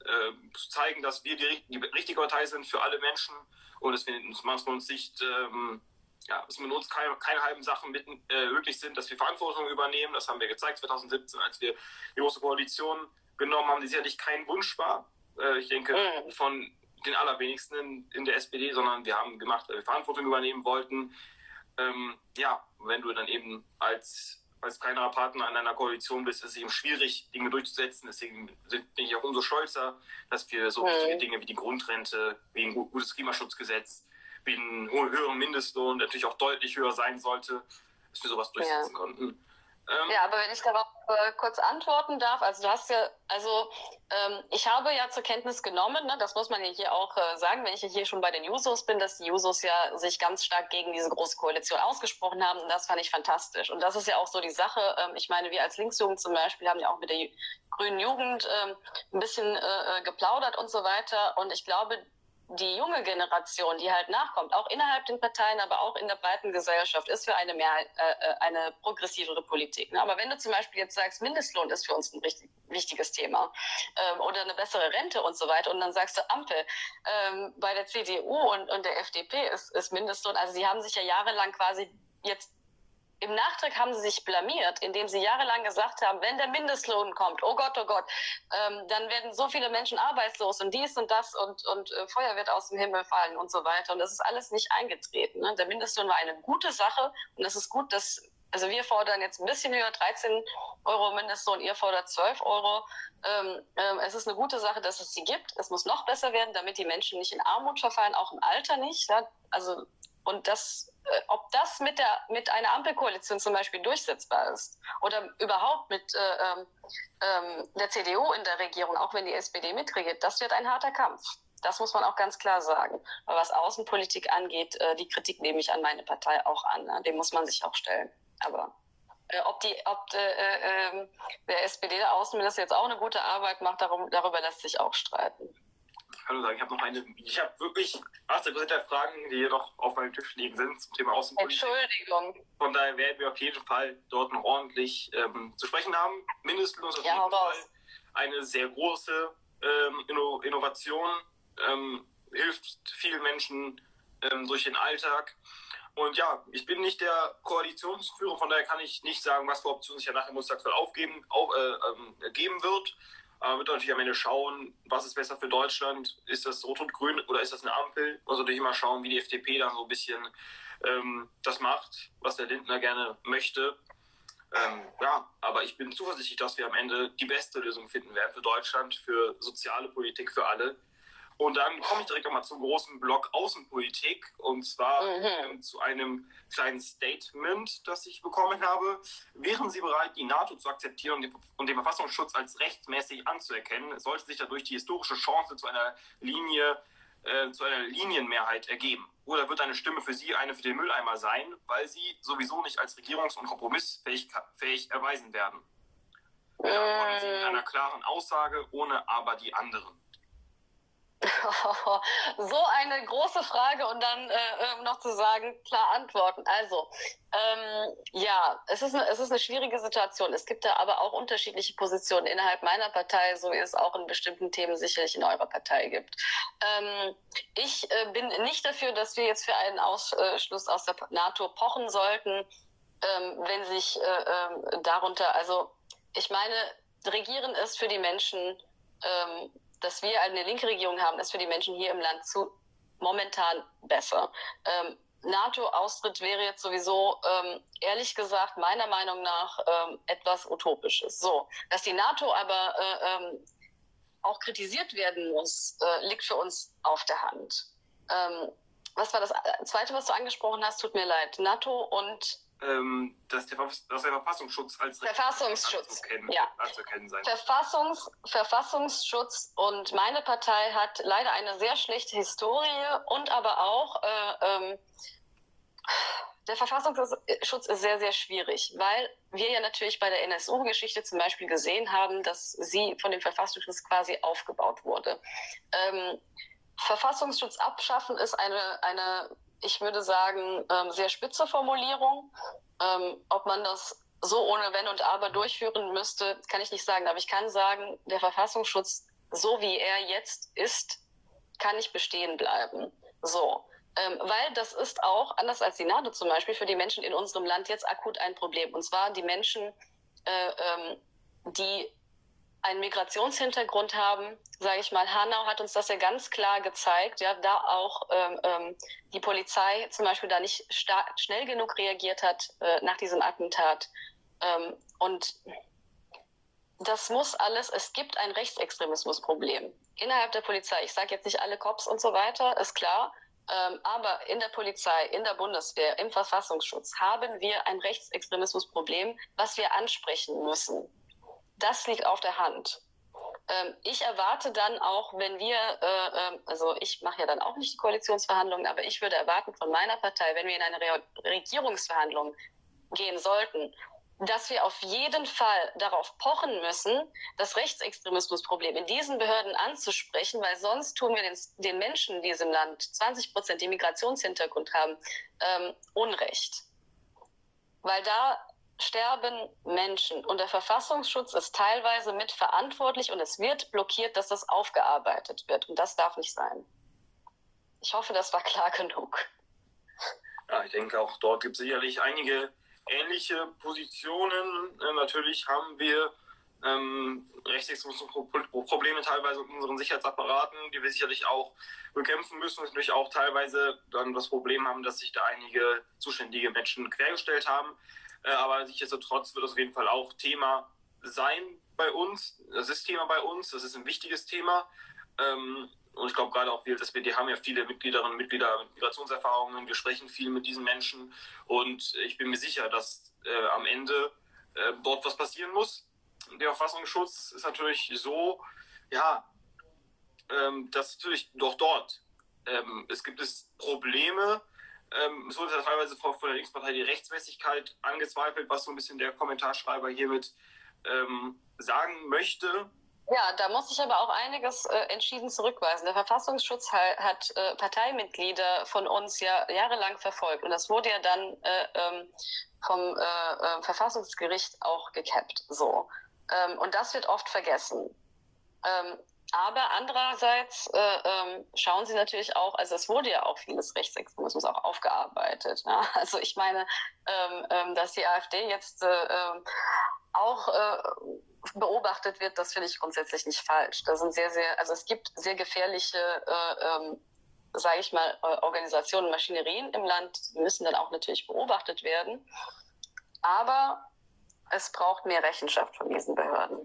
äh, zeigen, dass wir die, die richtige Partei sind für alle Menschen und dass wir uns nicht, ähm, ja, dass mit uns keine, keine halben Sachen mit, äh, möglich sind, dass wir Verantwortung übernehmen. Das haben wir gezeigt zwanzig siebzehn, als wir die Große Koalition genommen haben, die sicherlich kein Wunsch war. Äh, ich denke, mhm. von den allerwenigsten in, in der S P D, sondern wir haben gemacht, weil wir Verantwortung übernehmen wollten. Ähm, ja, wenn du dann eben als, als kleinerer Partner in einer Koalition bist, ist es eben schwierig, Dinge durchzusetzen. Deswegen bin ich auch umso stolzer, dass wir so wichtige mhm. Dinge wie die Grundrente, wie ein gutes Klimaschutzgesetz, wie einen höheren Mindestlohn, der natürlich auch deutlich höher sein sollte, dass wir sowas durchsetzen ja. konnten. Ähm, ja, aber wenn ich darauf äh, kurz antworten darf, also du hast ja, also ähm, ich habe ja zur Kenntnis genommen, ne, das muss man ja hier auch äh, sagen, wenn ich ja hier schon bei den Jusos bin, dass die Jusos ja sich ganz stark gegen diese große Koalition ausgesprochen haben und das fand ich fantastisch. Und das ist ja auch so die Sache, ähm, ich meine, wir als Linksjugend zum Beispiel haben ja auch mit der Grünen Jugend ähm, ein bisschen äh, geplaudert und so weiter und ich glaube, die junge Generation, die halt nachkommt, auch innerhalb den Parteien, aber auch in der breiten Gesellschaft, ist für eine mehr äh, eine progressivere Politik. Ne? Aber wenn du zum Beispiel jetzt sagst, Mindestlohn ist für uns ein richtig wichtiges Thema ähm, oder eine bessere Rente und so weiter und dann sagst du Ampel, ähm, bei der C D U und, und der F D P ist, ist Mindestlohn, also sie haben sich ja jahrelang quasi jetzt im Nachtrag haben sie sich blamiert, indem sie jahrelang gesagt haben, wenn der Mindestlohn kommt, oh Gott, oh Gott, ähm, dann werden so viele Menschen arbeitslos und dies und das und, und äh, Feuer wird aus dem Himmel fallen und so weiter. Und das ist alles nicht eingetreten. Ne? Der Mindestlohn war eine gute Sache und es ist gut, dass, also wir fordern jetzt ein bisschen höher, dreizehn Euro Mindestlohn, ihr fordert zwölf Euro. Ähm, ähm, es ist eine gute Sache, dass es sie gibt. Es muss noch besser werden, damit die Menschen nicht in Armut verfallen, auch im Alter nicht. Ja? Also, und das, äh, ob das mit der mit einer Ampelkoalition zum Beispiel durchsetzbar ist oder überhaupt mit äh, ähm, der C D U in der Regierung, auch wenn die S P D mitregiert, das wird ein harter Kampf. Das muss man auch ganz klar sagen. Aber was Außenpolitik angeht, äh, die Kritik nehme ich an meine Partei auch an. Ne? Dem muss man sich auch stellen. Aber äh, ob die, ob äh, äh, der S P D der Außenminister jetzt auch eine gute Arbeit macht, darum, darüber lässt sich auch streiten. Ich kann nur sagen, ich habe noch eine, ich habe wirklich achtzig Prozent der Fragen, die hier noch auf meinem Tisch liegen sind zum Thema Außenpolitik. Entschuldigung. Von daher werden wir auf jeden Fall dort noch ordentlich ähm, zu sprechen haben. Mindestlohn ist auf ja, jeden Fall raus. eine sehr große ähm, Inno- Innovation, ähm, hilft vielen Menschen ähm, durch den Alltag. Und ja, ich bin nicht der Koalitionsführer, von daher kann ich nicht sagen, was für Optionen sich ja nach dem Bundestagswahl aufgeben, auf, äh, ähm, geben wird. Aber wird natürlich am Ende schauen, was ist besser für Deutschland? Ist das Rot und Grün oder ist das eine Ampel? Also natürlich immer schauen, wie die F D P dann so ein bisschen ähm, das macht, was der Lindner gerne möchte. Ähm, ja, aber ich bin zuversichtlich, dass wir am Ende die beste Lösung finden werden für Deutschland, für soziale Politik, für alle. Und dann komme ich direkt nochmal zum großen Block Außenpolitik und zwar mhm. ähm, zu einem kleinen Statement, das ich bekommen habe. Wären Sie bereit, die NATO zu akzeptieren und den, und den Verfassungsschutz als rechtmäßig anzuerkennen? Sollte sich dadurch die historische Chance zu einer Linie, äh, zu einer Linienmehrheit ergeben? Oder wird eine Stimme für Sie eine für den Mülleimer sein, weil Sie sowieso nicht als regierungs- und kompromissfähig fähig erweisen werden? Da wollen Sie in einer klaren Aussage, ohne aber die anderen. So eine große Frage und dann äh, noch zu sagen, klar antworten. Also, ähm, ja, es ist, eine, es ist eine schwierige Situation. Es gibt da aber auch unterschiedliche Positionen innerhalb meiner Partei, so wie es auch in bestimmten Themen sicherlich in eurer Partei gibt. Ähm, ich äh, bin nicht dafür, dass wir jetzt für einen Ausschluss aus der NATO pochen sollten, ähm, wenn sich äh, äh, darunter, also ich meine, regieren ist für die Menschen, ähm, dass wir eine linke Regierung haben, ist für die Menschen hier im Land zu momentan besser. Ähm, NATO-Austritt wäre jetzt sowieso, ähm, ehrlich gesagt, meiner Meinung nach ähm, etwas Utopisches. So, dass die NATO aber äh, ähm, auch kritisiert werden muss, äh, liegt für uns auf der Hand. Ähm, was war das Zweite, was du angesprochen hast? Tut mir leid. NATO und Ähm, dass, der, dass der Verfassungsschutz als Verfassungsschutz anzuerkennen, ja. anzuerkennen sein. Verfassungs, Verfassungsschutz und meine Partei hat leider eine sehr schlechte Historie und aber auch äh, ähm, der Verfassungsschutz ist sehr, sehr schwierig, weil wir ja natürlich bei der N S U-Geschichte zum Beispiel gesehen haben, dass sie von dem Verfassungsschutz quasi aufgebaut wurde. Ähm, Verfassungsschutz abschaffen ist eine, eine ich würde sagen, ähm, sehr spitze Formulierung. Ähm, ob man das so ohne Wenn und Aber durchführen müsste, kann ich nicht sagen. Aber ich kann sagen, der Verfassungsschutz so wie er jetzt ist, kann nicht bestehen bleiben. So. Ähm, weil das ist auch, anders als die NATO zum Beispiel, für die Menschen in unserem Land jetzt akut ein Problem. Und zwar die Menschen, äh, ähm, die einen Migrationshintergrund haben, sage ich mal. Hanau hat uns das ja ganz klar gezeigt, ja, da auch ähm, ähm, die Polizei zum Beispiel da nicht schnell genug reagiert hat äh, nach diesem Attentat. Ähm, und das muss alles, es gibt ein Rechtsextremismusproblem innerhalb der Polizei. Ich sage jetzt nicht alle Cops und so weiter, ist klar. Ähm, aber in der Polizei, in der Bundeswehr, im Verfassungsschutz haben wir ein Rechtsextremismusproblem, was wir ansprechen müssen. Das liegt auf der Hand. Ähm, ich erwarte dann auch, wenn wir, äh, also ich mache ja dann auch nicht die Koalitionsverhandlungen, aber ich würde erwarten von meiner Partei, wenn wir in eine Re- Regierungsverhandlung gehen sollten, dass wir auf jeden Fall darauf pochen müssen, das Rechtsextremismusproblem in diesen Behörden anzusprechen, weil sonst tun wir den, den Menschen in diesem Land, zwanzig Prozent, die Migrationshintergrund haben, ähm, Unrecht. Weil da sterben Menschen und der Verfassungsschutz ist teilweise mitverantwortlich und es wird blockiert, dass das aufgearbeitet wird. Und das darf nicht sein. Ich hoffe, das war klar genug. Ja, ich denke, auch dort gibt es sicherlich einige ähnliche Positionen. Äh, natürlich haben wir ähm, Rechtsextremismus-Probleme teilweise in unseren Sicherheitsapparaten, die wir sicherlich auch bekämpfen müssen und natürlich auch teilweise dann das Problem haben, dass sich da einige zuständige Menschen quergestellt haben. Äh, aber nichtsdestotrotz wird das auf jeden Fall auch Thema sein bei uns. Das ist Thema bei uns, das ist ein wichtiges Thema. Ähm, Und ich glaube gerade auch, wir, dass wir, die haben ja viele Mitgliederinnen und Mitglieder mit Migrationserfahrungen. Wir sprechen viel mit diesen Menschen. Und ich bin mir sicher, dass äh, am Ende äh, dort was passieren muss. Der Verfassungsschutz ist natürlich so, ja, ähm, dass natürlich doch dort ähm, es gibt es Probleme. Ähm, es wurde ja teilweise von der Linkspartei die Rechtsmäßigkeit angezweifelt, was so ein bisschen der Kommentarschreiber hiermit ähm, sagen möchte. Ja, da muss ich aber auch einiges äh, entschieden zurückweisen. Der Verfassungsschutz hat, hat äh, Parteimitglieder von uns ja jahrelang verfolgt und das wurde ja dann äh, ähm, vom äh, äh, Verfassungsgericht auch gekappt. So. Ähm, und das wird oft vergessen. Ähm, aber andererseits äh, ähm, schauen Sie natürlich auch, also es wurde ja auch vieles Rechtsextremismus auch aufgearbeitet. Ja? Also ich meine, ähm, ähm, dass die AfD jetzt äh, ähm, auch äh, beobachtet wird, das finde ich grundsätzlich nicht falsch. Da sind sehr, sehr, also es gibt sehr gefährliche, äh, ähm, sage ich mal, Organisationen, Maschinerien im Land, die müssen dann auch natürlich beobachtet werden. Aber es braucht mehr Rechenschaft von diesen Behörden.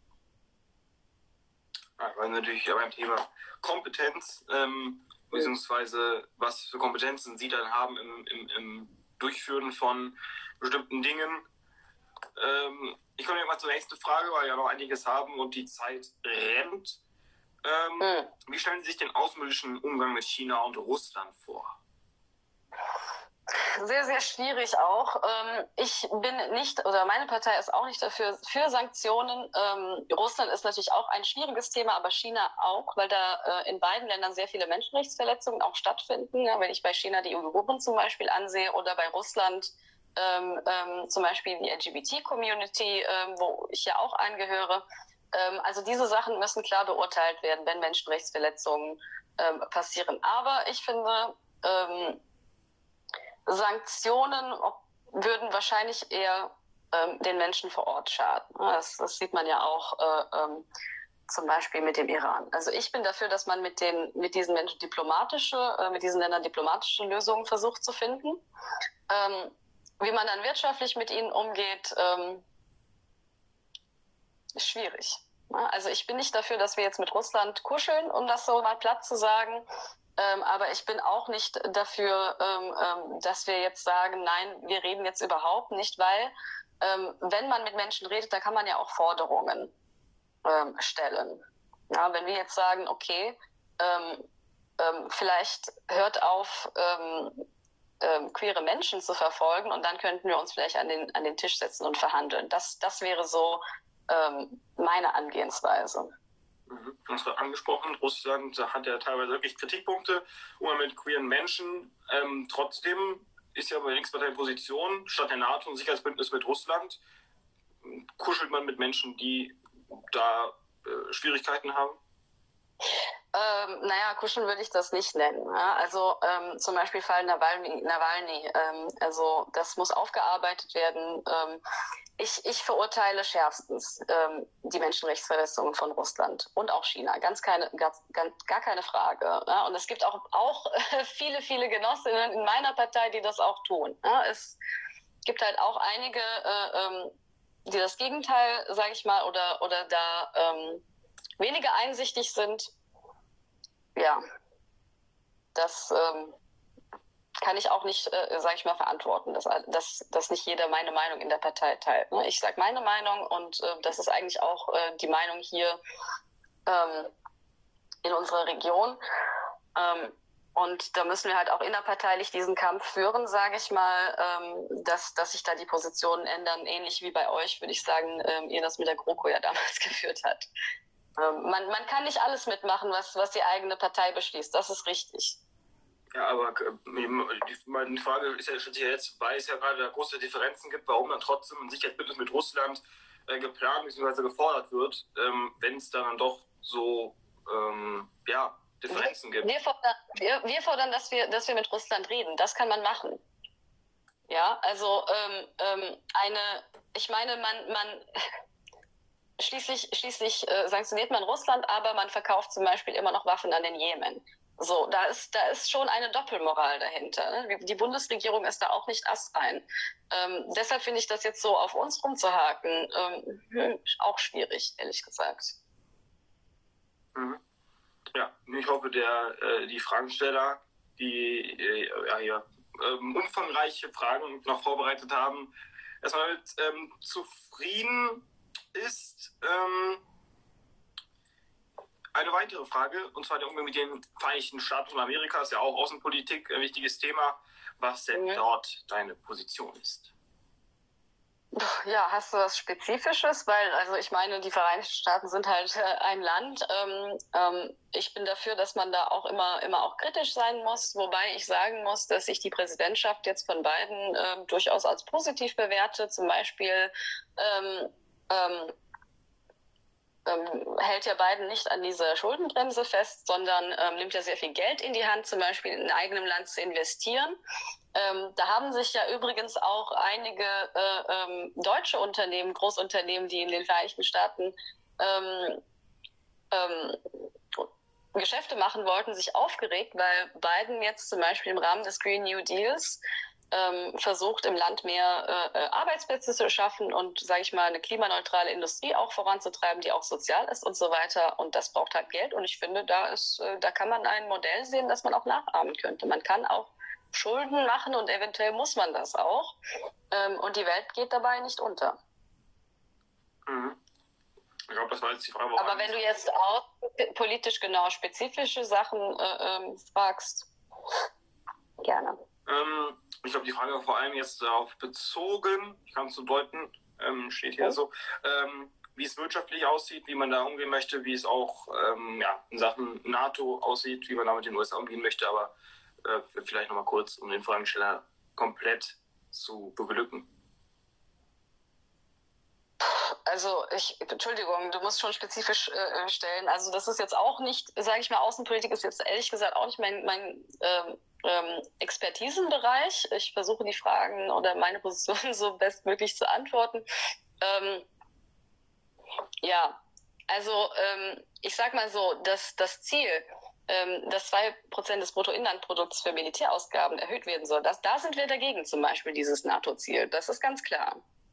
Ja, weil natürlich beim Thema Kompetenz, ähm, beziehungsweise was für Kompetenzen Sie dann haben im, im, im Durchführen von bestimmten Dingen. Ähm, ich komme jetzt mal zur nächsten Frage, weil wir ja noch einiges haben und die Zeit rennt. Ähm, hm. Wie stellen Sie sich den außenpolitischen Umgang mit China und Russland vor? Sehr, sehr schwierig auch. Ich bin nicht, oder meine Partei ist auch nicht dafür, für Sanktionen. Russland ist natürlich auch ein schwieriges Thema, aber China auch, weil da in beiden Ländern sehr viele Menschenrechtsverletzungen auch stattfinden. Wenn ich bei China die Uiguren zum Beispiel ansehe oder bei Russland ähm, ähm, zum Beispiel die L G B T-Community, ähm, wo ich ja auch angehöre. Ähm, also diese Sachen müssen klar beurteilt werden, wenn Menschenrechtsverletzungen ähm, passieren. Aber ich finde, ähm, Sanktionen würden wahrscheinlich eher ähm, den Menschen vor Ort schaden. Das, das sieht man ja auch äh, ähm, zum Beispiel mit dem Iran. Also ich bin dafür, dass man mit, den, mit diesen Menschen diplomatische, äh, mit diesen Ländern diplomatische Lösungen versucht zu finden. Ähm, wie man dann wirtschaftlich mit ihnen umgeht, ähm, ist schwierig. Also ich bin nicht dafür, dass wir jetzt mit Russland kuscheln, um das so mal platt zu sagen. Ähm, aber ich bin auch nicht dafür, ähm, ähm, dass wir jetzt sagen, nein, wir reden jetzt überhaupt nicht, weil ähm, wenn man mit Menschen redet, da kann man ja auch Forderungen ähm, stellen. Ja, wenn wir jetzt sagen, okay, ähm, ähm, vielleicht hört auf, ähm, ähm, queere Menschen zu verfolgen und dann könnten wir uns vielleicht an den, an den Tisch setzen und verhandeln. Das, das wäre so ähm, meine Angehensweise. Mhm. Du hast gerade angesprochen, Russland hat ja teilweise wirklich Kritikpunkte Umgang mit queeren Menschen. Ähm, trotzdem ist ja bei der Linkspartei Position, statt der NATO und Sicherheitsbündnis mit Russland, kuschelt man mit Menschen, die da äh, Schwierigkeiten haben? Ähm, naja, kuscheln würde ich das nicht nennen. Ja? Also ähm, zum Beispiel Fall Nawalny, Nawalny ähm, also das muss aufgearbeitet werden. Ähm, ich, ich verurteile schärfstens ähm, die Menschenrechtsverletzungen von Russland und auch China. Ganz keine, ganz, ganz, gar keine Frage. Ja? Und es gibt auch, auch viele, viele Genossinnen in meiner Partei, die das auch tun. Ja? Es gibt halt auch einige, äh, ähm, die das Gegenteil, sage ich mal, oder, oder da ähm, weniger einsichtig sind. Ja, das ähm, kann ich auch nicht, äh, sage ich mal, verantworten, dass, dass, dass nicht jeder meine Meinung in der Partei teilt. Ne? Ich sage meine Meinung und äh, das ist eigentlich auch äh, die Meinung hier ähm, in unserer Region. Ähm, und da müssen wir halt auch innerparteilich diesen Kampf führen, sage ich mal, ähm, dass, dass sich da die Positionen ändern. Ähnlich wie bei euch, würde ich sagen, ähm, ihr das mit der GroKo ja damals geführt habt. Man, man kann nicht alles mitmachen, was, was die eigene Partei beschließt. Das ist richtig. Ja, aber die Frage ist ja schon jetzt, weil es ja gerade große Differenzen gibt, warum dann trotzdem ein Sicherheitsbündnis mit Russland äh, geplant bzw. gefordert wird, ähm, wenn es dann doch so ähm, ja, Differenzen wir, gibt. Wir fordern, wir, wir fordern dass, wir, dass wir mit Russland reden. Das kann man machen. Ja, also ähm, ähm, eine, ich meine, man, man Schließlich, schließlich äh, sanktioniert man Russland, aber man verkauft zum Beispiel immer noch Waffen an den Jemen. So, da ist, da ist schon eine Doppelmoral dahinter. Ne? Die Bundesregierung ist da auch nicht astrein. Ähm, deshalb finde ich das jetzt so auf uns rumzuhaken ähm, auch schwierig, ehrlich gesagt. Mhm. Ja, ich hoffe, der, äh, die Fragensteller, die äh, ja, hier, ähm, umfangreiche Fragen noch vorbereitet haben, erstmal mit, ähm, zufrieden ist. Ähm, eine weitere Frage, und zwar der Umgang mit den Vereinigten Staaten von Amerika, ist ja auch Außenpolitik ein wichtiges Thema, was denn mhm. dort deine Position ist. Ja, hast du was Spezifisches? Weil, also ich meine, die Vereinigten Staaten sind halt äh, ein Land. Ähm, ähm, ich bin dafür, dass man da auch immer, immer auch kritisch sein muss, wobei ich sagen muss, dass ich die Präsidentschaft jetzt von Biden äh, durchaus als positiv bewerte. Zum Beispiel ähm, ähm, ähm, hält ja Biden nicht an dieser Schuldenbremse fest, sondern ähm, nimmt ja sehr viel Geld in die Hand, zum Beispiel in eigenem Land zu investieren. Ähm, da haben sich ja übrigens auch einige äh, ähm, deutsche Unternehmen, Großunternehmen, die in den Vereinigten Staaten ähm, ähm, Geschäfte machen wollten, sich aufgeregt, weil Biden jetzt zum Beispiel im Rahmen des Green New Deals ähm, versucht, im Land mehr äh, Arbeitsplätze zu schaffen und, sage ich mal, eine klimaneutrale Industrie auch voranzutreiben, die auch sozial ist und so weiter. Und das braucht halt Geld. Und ich finde, da ist, äh, da kann man ein Modell sehen, das man auch nachahmen könnte. Man kann auch Schulden machen und eventuell muss man das auch. Ähm, und die Welt geht dabei nicht unter. Mhm. Ich glaube, das war jetzt die Frage. Aber wenn du jetzt auch politisch genau spezifische Sachen äh, ähm, fragst, gerne. Ähm, ich glaube, die Frage war vor allem jetzt darauf bezogen, ich kann es so deuten, ähm, steht hier okay. so, ähm, wie es wirtschaftlich aussieht, wie man da umgehen möchte, wie es auch ähm, ja, in Sachen NATO aussieht, wie man da mit den U S A umgehen möchte, aber äh, vielleicht nochmal kurz, um den Fragensteller komplett zu beglücken. Also ich, Entschuldigung, du musst schon spezifisch äh, stellen. Also das ist jetzt auch nicht, sage ich mal, Außenpolitik ist jetzt ehrlich gesagt auch nicht mein, mein ähm, ähm, Expertisenbereich. Ich versuche die Fragen oder meine Position so bestmöglich zu antworten. Ähm, ja, also ähm, ich sag mal so, dass das Ziel, ähm, dass zwei Prozent des Bruttoinlandprodukts für Militärausgaben erhöht werden soll, das, da sind wir dagegen, zum Beispiel dieses NATO-Ziel. Das ist ganz klar.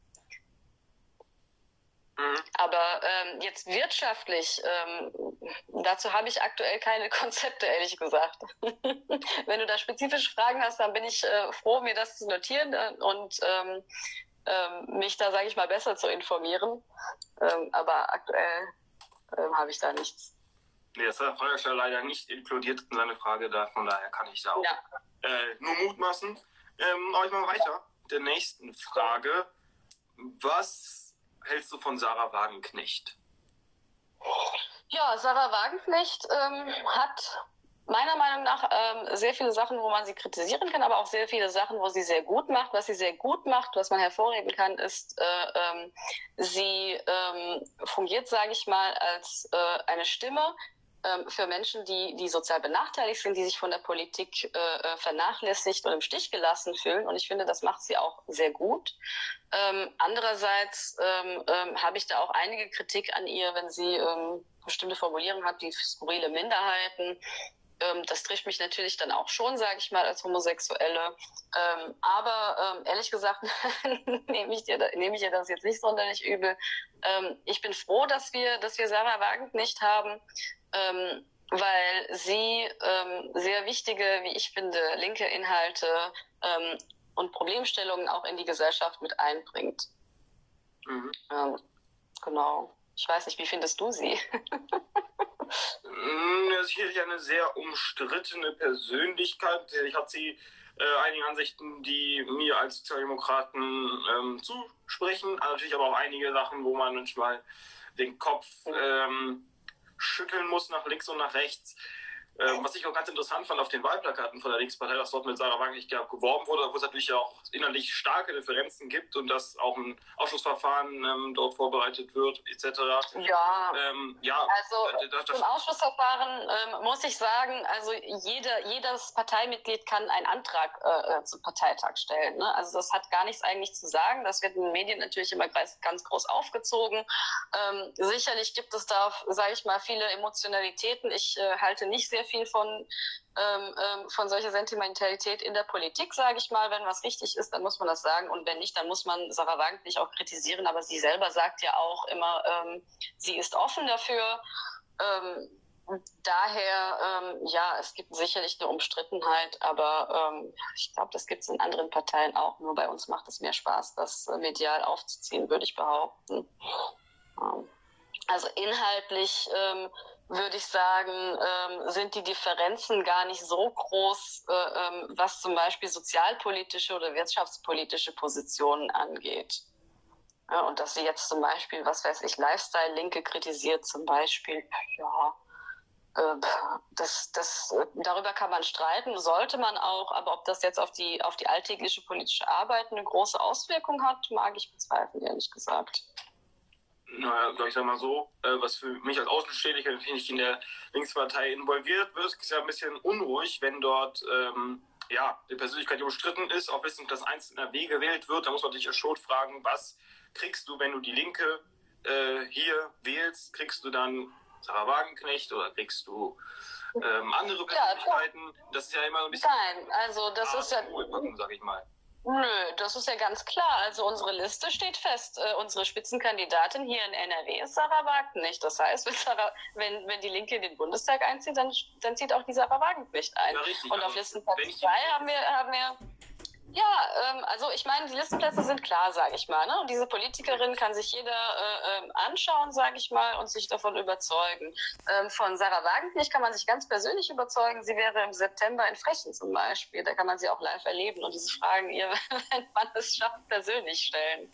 Aber ähm, jetzt wirtschaftlich, ähm, dazu habe ich aktuell keine Konzepte, ehrlich gesagt. Wenn du da spezifische Fragen hast, dann bin ich äh, froh, mir das zu notieren äh, und ähm, ähm, mich da, sage ich mal, besser zu informieren. Ähm, aber aktuell ähm, habe ich da nichts. Nee, das hat der Fragesteller leider nicht inkludiert in seine Frage, da, von daher kann ich da auch ja. äh, nur mutmaßen. Ähm, aber ich mache weiter. Der nächsten Frage. Was hältst du von Sarah Wagenknecht? Ja, Sarah Wagenknecht ähm, hat meiner Meinung nach ähm, sehr viele Sachen, wo man sie kritisieren kann, aber auch sehr viele Sachen, wo sie sehr gut macht. Was sie sehr gut macht, was man hervorheben kann, ist, äh, ähm, sie ähm, fungiert, sage ich mal, als äh, eine Stimme ähm, für Menschen, die, die sozial benachteiligt sind, die sich von der Politik äh, vernachlässigt und im Stich gelassen fühlen. Und ich finde, das macht sie auch sehr gut. Ähm, andererseits ähm, ähm, habe ich da auch einige Kritik an ihr, wenn sie ähm, bestimmte Formulierungen hat, wie skurrile Minderheiten. Ähm, das trifft mich natürlich dann auch schon, sage ich mal, als Homosexuelle. Ähm, aber ähm, ehrlich gesagt nehme ich dir, nehme ich ihr das jetzt nicht sonderlich übel. Ähm, ich bin froh, dass wir, dass wir Sarah Wagenknecht haben, ähm, weil sie ähm, sehr wichtige, wie ich finde, linke Inhalte ähm, und Problemstellungen auch in die Gesellschaft mit einbringt. Mhm. Ähm, genau. Ich weiß nicht, wie findest du sie? Sie ist ja eine sehr umstrittene Persönlichkeit. Ich habe sie äh, einige Ansichten, die mir als Sozialdemokraten ähm, zusprechen. Natürlich aber auch einige Sachen, wo man manchmal den Kopf ähm, schütteln muss nach links und nach rechts. Ähm, was ich auch ganz interessant fand auf den Wahlplakaten von der Linkspartei, dass dort mit Sarah Wagenknecht geworben wurde, wo es natürlich auch innerlich starke Differenzen gibt und dass auch ein Ausschussverfahren ähm, dort vorbereitet wird, et cetera. Ja, ähm, ja also äh, das, das zum Ausschussverfahren ähm, muss ich sagen, also jeder, jedes Parteimitglied kann einen Antrag äh, zum Parteitag stellen. Ne? Also das hat gar nichts eigentlich zu sagen. Das wird in den Medien natürlich immer ganz groß aufgezogen. Ähm, sicherlich gibt es da, sage ich mal, viele Emotionalitäten. Ich äh, halte nicht sehr viel von, ähm, ähm, von solcher Sentimentalität in der Politik, sage ich mal. Wenn was richtig ist, dann muss man das sagen. Und wenn nicht, dann muss man Sarah Wagenknecht auch kritisieren. Aber sie selber sagt ja auch immer, ähm, sie ist offen dafür. Ähm, daher, ähm, ja, es gibt sicherlich eine Umstrittenheit, aber ähm, ich glaube, das gibt es in anderen Parteien auch. Nur bei uns macht es mehr Spaß, das äh, medial aufzuziehen, würde ich behaupten. Ähm, also inhaltlich ähm, würde ich sagen, ähm, sind die Differenzen gar nicht so groß, äh, ähm, was zum Beispiel sozialpolitische oder wirtschaftspolitische Positionen angeht. Ja, und dass sie jetzt zum Beispiel, was weiß ich, Lifestyle-Linke kritisiert zum Beispiel, ja, äh, das, das, darüber kann man streiten, sollte man auch, aber ob das jetzt auf die, auf die alltägliche politische Arbeit eine große Auswirkung hat, mag ich bezweifeln, ehrlich gesagt. Naja, ich sag mal so, äh, was für mich als Außenstehender nicht in der Linkspartei involviert wird, ist ja ein bisschen unruhig, wenn dort ähm, ja, die Persönlichkeit umstritten ist, auch wissen, dass eins in der W gewählt wird. Da muss man sich ja schon fragen, was kriegst du, wenn du die Linke äh, hier wählst? Kriegst du dann Sarah Wagenknecht oder kriegst du ähm, andere Persönlichkeiten? Ja, das ist ja immer so ein bisschen... Nein, also das ist ja... Sag ich mal. Nö, das ist ja ganz klar. Also unsere Liste steht fest. Äh, unsere Spitzenkandidatin hier in N R W ist Sarah Wagenknecht. Das heißt, wenn, Sarah, wenn, wenn die Linke in den Bundestag einzieht, dann, dann zieht auch die Sarah Wagenknecht ein. Ja, richtig, und auf Listenplatz zwei haben wir, haben wir ja, ähm, also ich meine, die Listenplätze sind klar, sage ich mal. Ne? Und diese Politikerin kann sich jeder äh, äh, anschauen, sage ich mal, und sich davon überzeugen. Ähm, von Sarah Wagenknecht kann man sich ganz persönlich überzeugen. Sie wäre im September in Frechen zum Beispiel. Da kann man sie auch live erleben und diese Fragen ihr, wenn man es schafft, persönlich stellen.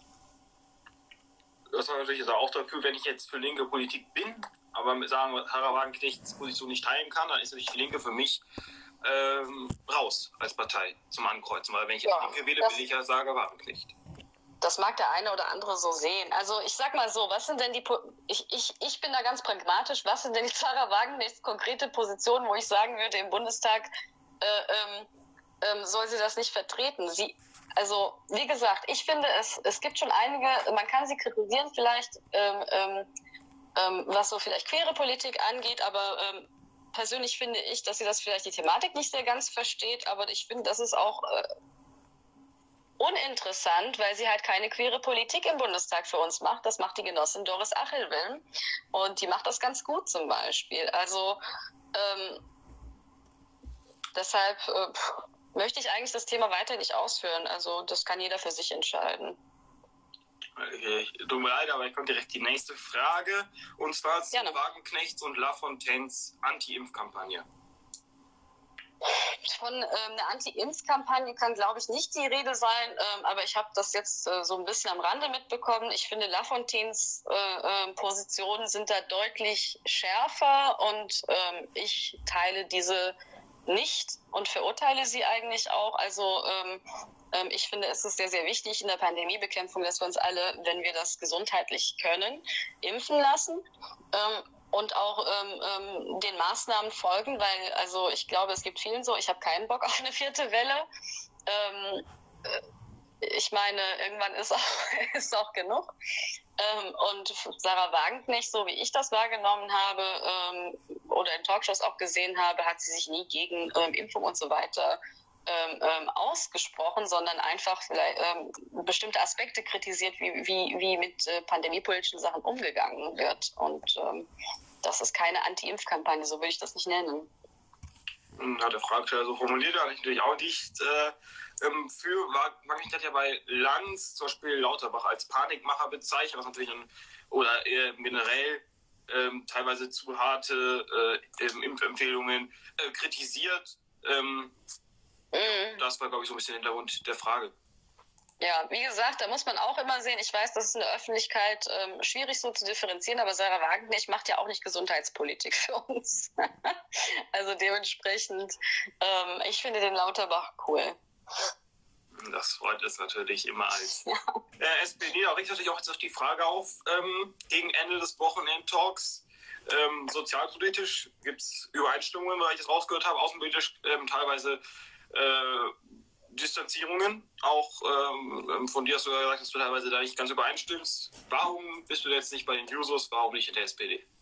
Das war natürlich auch dafür, wenn ich jetzt für linke Politik bin, aber sagen, Sarah Wagenknechts Position nicht teilen kann, dann ist natürlich die Linke für mich Ähm, raus als Partei zum Ankreuzen, weil wenn ich ja, Linke wähle, will ich ja Sarah Wagenknecht. Das mag der eine oder andere so sehen. Also ich sag mal so, was sind denn die, po ich, ich, ich bin da ganz pragmatisch, was sind denn die Sarah Wagenknechts konkrete Positionen, wo ich sagen würde, im Bundestag äh, ähm, ähm, soll sie das nicht vertreten. Sie, also wie gesagt, ich finde, es, es gibt schon einige, man kann sie kritisieren vielleicht, ähm, ähm, ähm, was so vielleicht queere Politik angeht, aber ähm, persönlich finde ich, dass sie das vielleicht die Thematik nicht sehr ganz versteht, aber ich finde, das ist auch äh, uninteressant, weil sie halt keine queere Politik im Bundestag für uns macht. Das macht die Genossin Doris Achelwilm und die macht das ganz gut zum Beispiel. Also ähm, deshalb äh, möchte ich eigentlich das Thema weiter nicht ausführen. Also das kann jeder für sich entscheiden. Okay, tut mir leid, aber ich komme direkt die nächste Frage. Und zwar zu Wagenknechts und Lafontaines Anti-Impf-Kampagne. Von ähm, einer Anti-Impf-Kampagne kann, glaube ich, nicht die Rede sein, ähm, aber ich habe das jetzt äh, so ein bisschen am Rande mitbekommen. Ich finde, Lafontaines äh, äh, Positionen sind da deutlich schärfer und ähm, ich teile diese nicht und verurteile sie eigentlich auch. Also ähm, ähm, ich finde, es ist sehr, sehr wichtig in der Pandemiebekämpfung, dass wir uns alle, wenn wir das gesundheitlich können, impfen lassen. Ähm, und auch ähm, ähm, den Maßnahmen folgen, weil also ich glaube, es gibt vielen so, ich habe keinen Bock auf eine vierte Welle. Ähm, ich meine, irgendwann ist auch, ist auch genug. Ähm, und Sarah Wagenknecht, so wie ich das wahrgenommen habe ähm, oder in Talkshows auch gesehen habe, hat sie sich nie gegen ähm, Impfung und so weiter ähm, ähm, ausgesprochen, sondern einfach vielleicht ähm, bestimmte Aspekte kritisiert, wie, wie, wie mit äh, pandemiepolitischen Sachen umgegangen wird. Und ähm, das ist keine Anti-Impf-Kampagne, so würde ich das nicht nennen. Hat der Fragesteller so formuliert, da habe ich natürlich auch nicht äh, für. Wagenknecht hat ja bei Lanz zum Beispiel Lauterbach als Panikmacher bezeichnet, was natürlich ein, oder eher generell ähm, teilweise zu harte äh, Impfempfehlungen äh, kritisiert. Ähm, mhm. Das war, glaube ich, so ein bisschen der Hintergrund der Frage. Ja, wie gesagt, da muss man auch immer sehen, ich weiß, das ist in der Öffentlichkeit ähm, schwierig so zu differenzieren, aber Sarah Wagenknecht macht ja auch nicht Gesundheitspolitik für uns. Also dementsprechend, ähm, ich finde den Lauterbach cool. Das freut es natürlich immer als ja. äh, S P D. Da richtet natürlich auch jetzt die Frage auf, ähm, gegen Ende des Wochenend-Talks. Ähm, sozialpolitisch gibt es Übereinstimmungen, weil ich das rausgehört habe, außenpolitisch ähm, teilweise äh, Distanzierungen, auch ähm, von dir hast du gesagt, dass du teilweise da nicht ganz übereinstimmst. Warum bist du jetzt nicht bei den Jusos, warum nicht in der S P D?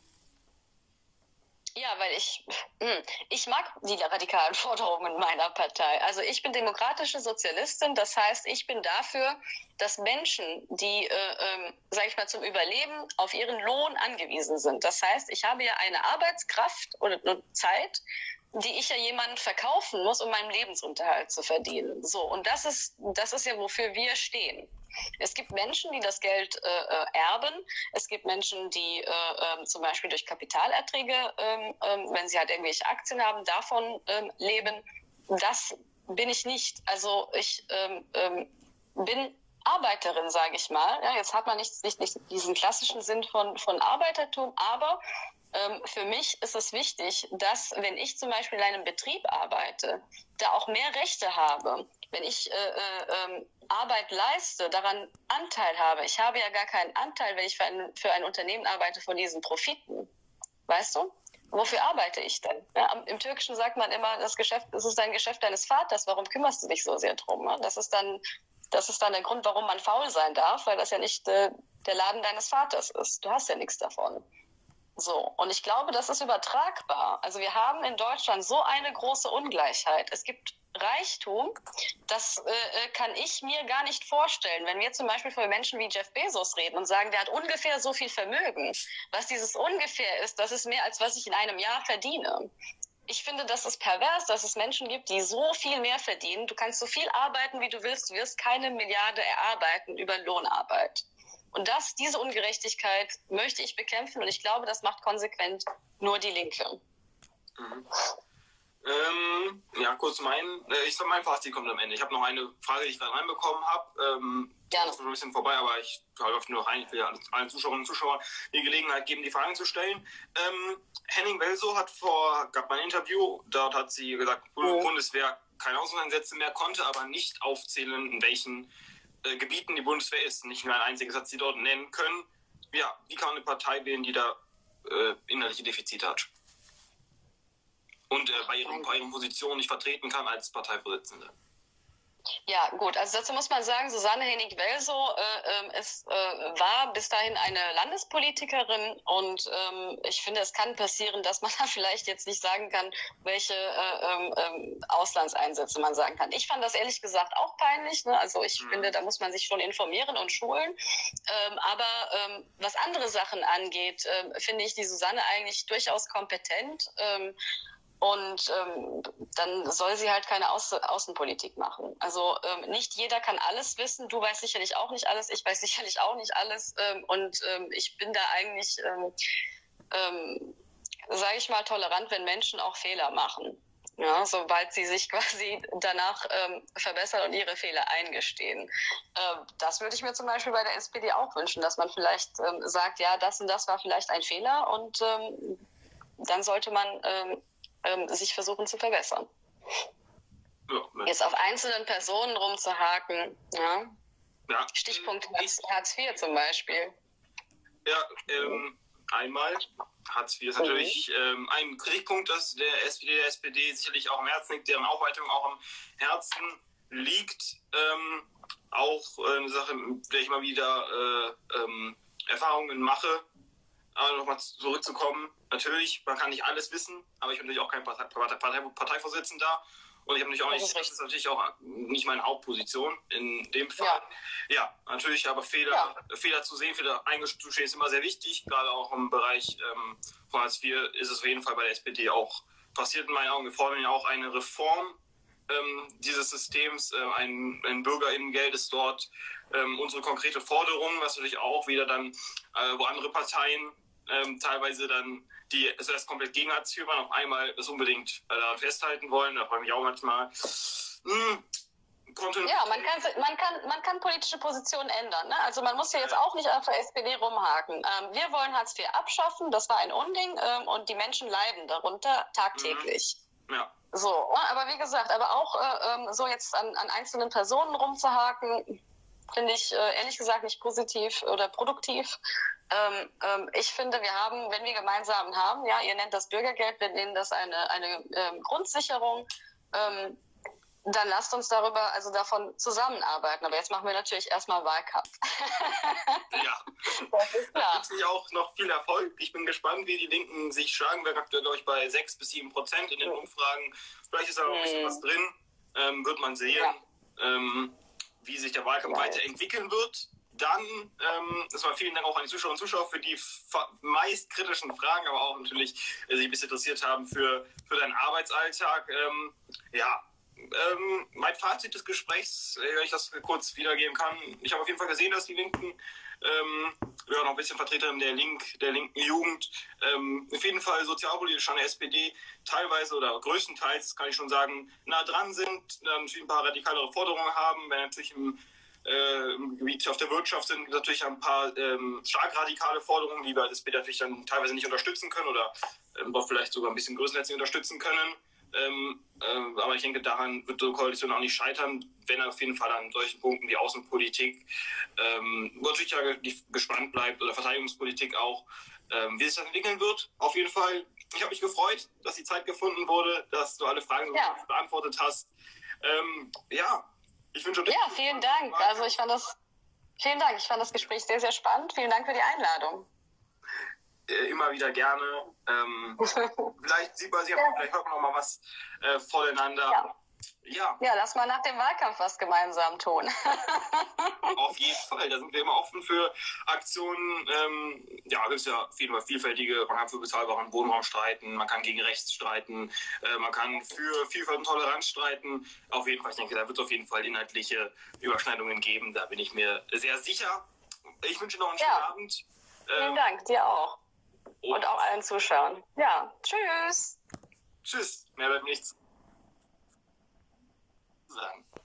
Ja, weil ich, ich mag die radikalen Forderungen meiner Partei. Also ich bin demokratische Sozialistin, das heißt, ich bin dafür, dass Menschen, die, äh, äh, sage ich mal, zum Überleben auf ihren Lohn angewiesen sind. Das heißt, ich habe ja eine Arbeitskraft oder Zeit, die ich ja jemandem verkaufen muss, um meinen Lebensunterhalt zu verdienen. So, und das ist, das ist ja, wofür wir stehen. Es gibt Menschen, die das Geld äh, erben. Es gibt Menschen, die äh, äh, zum Beispiel durch Kapitalerträge, äh, äh, wenn sie halt irgendwelche Aktien haben, davon äh, leben. Das bin ich nicht. Also ich äh, äh, bin Arbeiterin, sage ich mal. Ja, jetzt hat man nicht, nicht, nicht diesen klassischen Sinn von, von Arbeitertum, aber ähm, für mich ist es wichtig, dass, wenn ich zum Beispiel in einem Betrieb arbeite, da auch mehr Rechte habe. Wenn ich äh, äh, Arbeit leiste, daran Anteil habe. Ich habe ja gar keinen Anteil, wenn ich für ein, für ein Unternehmen arbeite, von diesen Profiten. Weißt du? Wofür arbeite ich denn? Ja, im Türkischen sagt man immer, das Geschäft, das ist ein Geschäft deines Vaters. Warum kümmerst du dich so sehr drum? Ne? Das ist dann, das ist dann der Grund, warum man faul sein darf, weil das ja nicht äh, der Laden deines Vaters ist. Du hast ja nichts davon. So, und ich glaube, das ist übertragbar. Also wir haben in Deutschland so eine große Ungleichheit. Es gibt Reichtum, das äh, kann ich mir gar nicht vorstellen. Wenn wir zum Beispiel von Menschen wie Jeff Bezos reden und sagen, der hat ungefähr so viel Vermögen. Was dieses ungefähr ist, das ist mehr, als was ich in einem Jahr verdiene. Ich finde, das ist pervers, dass es Menschen gibt, die so viel mehr verdienen. Du kannst so viel arbeiten, wie du willst. Du wirst keine Milliarde erarbeiten über Lohnarbeit. Und das, diese Ungerechtigkeit möchte ich bekämpfen und ich glaube, das macht konsequent nur die Linke. Mhm. Ähm, ja, kurz mein, äh, ich sag mein Fazit kommt am Ende. Ich habe noch eine Frage, die ich gerade reinbekommen habe. Ähm, ja. Das ist schon ein bisschen vorbei, aber ich läuft nur noch rein. Ich will ja allen Zuschauerinnen und Zuschauern die Gelegenheit geben, die Fragen zu stellen. Ähm, Henning Welsow hat vor, gab mal ein Interview, dort hat sie gesagt, die mhm. Bundeswehr keine Auslandseinsätze mehr, konnte aber nicht aufzählen, in welchen äh, Gebieten die Bundeswehr ist. Nicht nur ein einziges hat sie dort nennen können. Ja, wie kann eine Partei wählen, die da äh, inhaltliche Defizite hat? Und äh, bei, ihren, bei ihren Positionen nicht vertreten kann als Parteivorsitzende. Ja, gut. Also dazu muss man sagen, Susanne Hennig-Welsow äh, ist, äh, war bis dahin eine Landespolitikerin und ähm, ich finde, es kann passieren, dass man da vielleicht jetzt nicht sagen kann, welche äh, äh, Auslandseinsätze man sagen kann. Ich fand das ehrlich gesagt auch peinlich. Ne? Also ich mhm. finde, da muss man sich schon informieren und schulen. Ähm, aber ähm, was andere Sachen angeht, äh, finde ich die Susanne eigentlich durchaus kompetent. Ähm, Und ähm, dann soll sie halt keine Außen- Außenpolitik machen. Also ähm, nicht jeder kann alles wissen. Du weißt sicherlich auch nicht alles. Ich weiß sicherlich auch nicht alles. Ähm, und ähm, ich bin da eigentlich, ähm, ähm, sage ich mal, tolerant, wenn Menschen auch Fehler machen. Ja, sobald sie sich quasi danach ähm, verbessern und ihre Fehler eingestehen. Ähm, das würde ich mir zum Beispiel bei der S P D auch wünschen, dass man vielleicht ähm, sagt, ja, das und das war vielleicht ein Fehler und ähm, dann sollte man ähm, ähm, sich versuchen zu verbessern. Ja, ne. Jetzt auf einzelnen Personen rumzuhaken, ja. Ja. Stichpunkt Hartz vier zum Beispiel. Ja, ähm, Einmal Hartz IV ist natürlich ähm, ein Kritikpunkt, dass der S P D, der S P D sicherlich auch am Herzen liegt, deren Aufarbeitung auch am Herzen liegt. Ähm, auch äh, eine Sache, mit der ich mal wieder äh, ähm, Erfahrungen mache. Aber nochmal zurückzukommen, natürlich, man kann nicht alles wissen, aber ich bin natürlich auch kein Partei, Partei, Parteivorsitzender und ich habe natürlich auch nicht, das ist natürlich auch nicht meine Hauptposition in dem Fall. Ja, ja natürlich, aber Fehler, ja. Fehler zu sehen, Fehler einzustehen ist immer sehr wichtig, gerade auch im Bereich ähm, von Hartz vier ist es auf jeden Fall bei der S P D auch passiert in meinen Augen. Wir fordern ja auch eine Reform ähm, dieses Systems, äh, ein, ein BürgerInnengeld ist dort ähm, unsere konkrete Forderung, was natürlich auch wieder dann, äh, wo andere Parteien Ähm, teilweise dann, die zuerst komplett gegen Hartz vier waren, auf einmal das unbedingt äh, daran festhalten wollen. Da frage ich mich auch manchmal, mh, ja, man kann, man, kann, man kann politische Positionen ändern. Ne? Also man muss ja jetzt auch nicht auf der S P D rumhaken. Ähm, wir wollen Hartz vier abschaffen, das war ein Unding ähm, und die Menschen leiden darunter tagtäglich. Mhm. Ja. So, aber wie gesagt, aber auch äh, so jetzt an, an einzelnen Personen rumzuhaken, finde ich äh, ehrlich gesagt nicht positiv oder produktiv. Ähm, ähm, ich finde, wir haben, wenn wir gemeinsam haben, ja, ihr nennt das Bürgergeld, wir nennen das eine, eine ähm, Grundsicherung, ähm, dann lasst uns darüber, also davon zusammenarbeiten. Aber jetzt machen wir natürlich erstmal Wahlkampf. Ja, das ist klar. Da wünsche ich auch noch viel Erfolg. Ich bin gespannt, wie die Linken sich schlagen. Wir sind aktuell, glaube ich, bei sechs bis sieben Prozent in den Umfragen. Vielleicht ist da noch ein bisschen was drin. Ähm, wird man sehen, ja. ähm, wie sich der Wahlkampf ja. weiterentwickeln wird. Dann, ähm, das war vielen Dank auch an die Zuschauer und Zuschauer für die meist kritischen Fragen, aber auch natürlich, äh, sich ein bisschen interessiert haben für, für deinen Arbeitsalltag. Ähm, ja, ähm, mein Fazit des Gesprächs, äh, wenn ich das kurz wiedergeben kann, ich habe auf jeden Fall gesehen, dass die Linken, ähm, ja, noch ein bisschen Vertreterin der, Link, der linken Jugend, ähm, auf jeden Fall sozialpolitisch an der S P D teilweise oder größtenteils, kann ich schon sagen, nah dran sind, dann natürlich ein paar radikalere Forderungen haben, wenn natürlich im Äh, im Gebiet auf der Wirtschaft sind natürlich ein paar ähm, stark radikale Forderungen, die wir als S P D natürlich dann teilweise nicht unterstützen können oder ähm, vielleicht sogar ein bisschen größtenteils unterstützen können. Ähm, äh, aber ich denke, daran wird die Koalition auch nicht scheitern, wenn er auf jeden Fall an solchen Punkten wie Außenpolitik, ähm, wo natürlich ja gespannt bleibt, oder Verteidigungspolitik auch, ähm, wie sich das entwickeln wird. Auf jeden Fall, ich habe mich gefreut, dass die Zeit gefunden wurde, dass du alle Fragen so ja. beantwortet hast. Ähm, ja, Ich wünsche dir ja, vielen Dank. Also ich fand das, vielen Dank. Ich fand das Gespräch sehr, sehr spannend. Vielen Dank für die Einladung. Äh, immer wieder gerne. Ähm, vielleicht sieht man sich, ja. vielleicht hört man noch mal was äh, voneinander. Ja. Ja. ja, lass mal nach dem Wahlkampf was gemeinsam tun. Auf jeden Fall, da sind wir immer offen für Aktionen. Ähm, ja, es gibt ja viel, vielfältige, man kann für bezahlbaren Wohnraum streiten, man kann gegen rechts streiten, äh, man kann für Vielfalt und Toleranz streiten. Auf jeden Fall, ich denke, da wird es auf jeden Fall inhaltliche Überschneidungen geben, da bin ich mir sehr sicher. Ich wünsche noch einen schönen ja. Abend. Ähm, Vielen Dank, dir auch. Und, und auch allen Zuschauern. Ja, tschüss. Tschüss, mehr bleibt nichts sagen.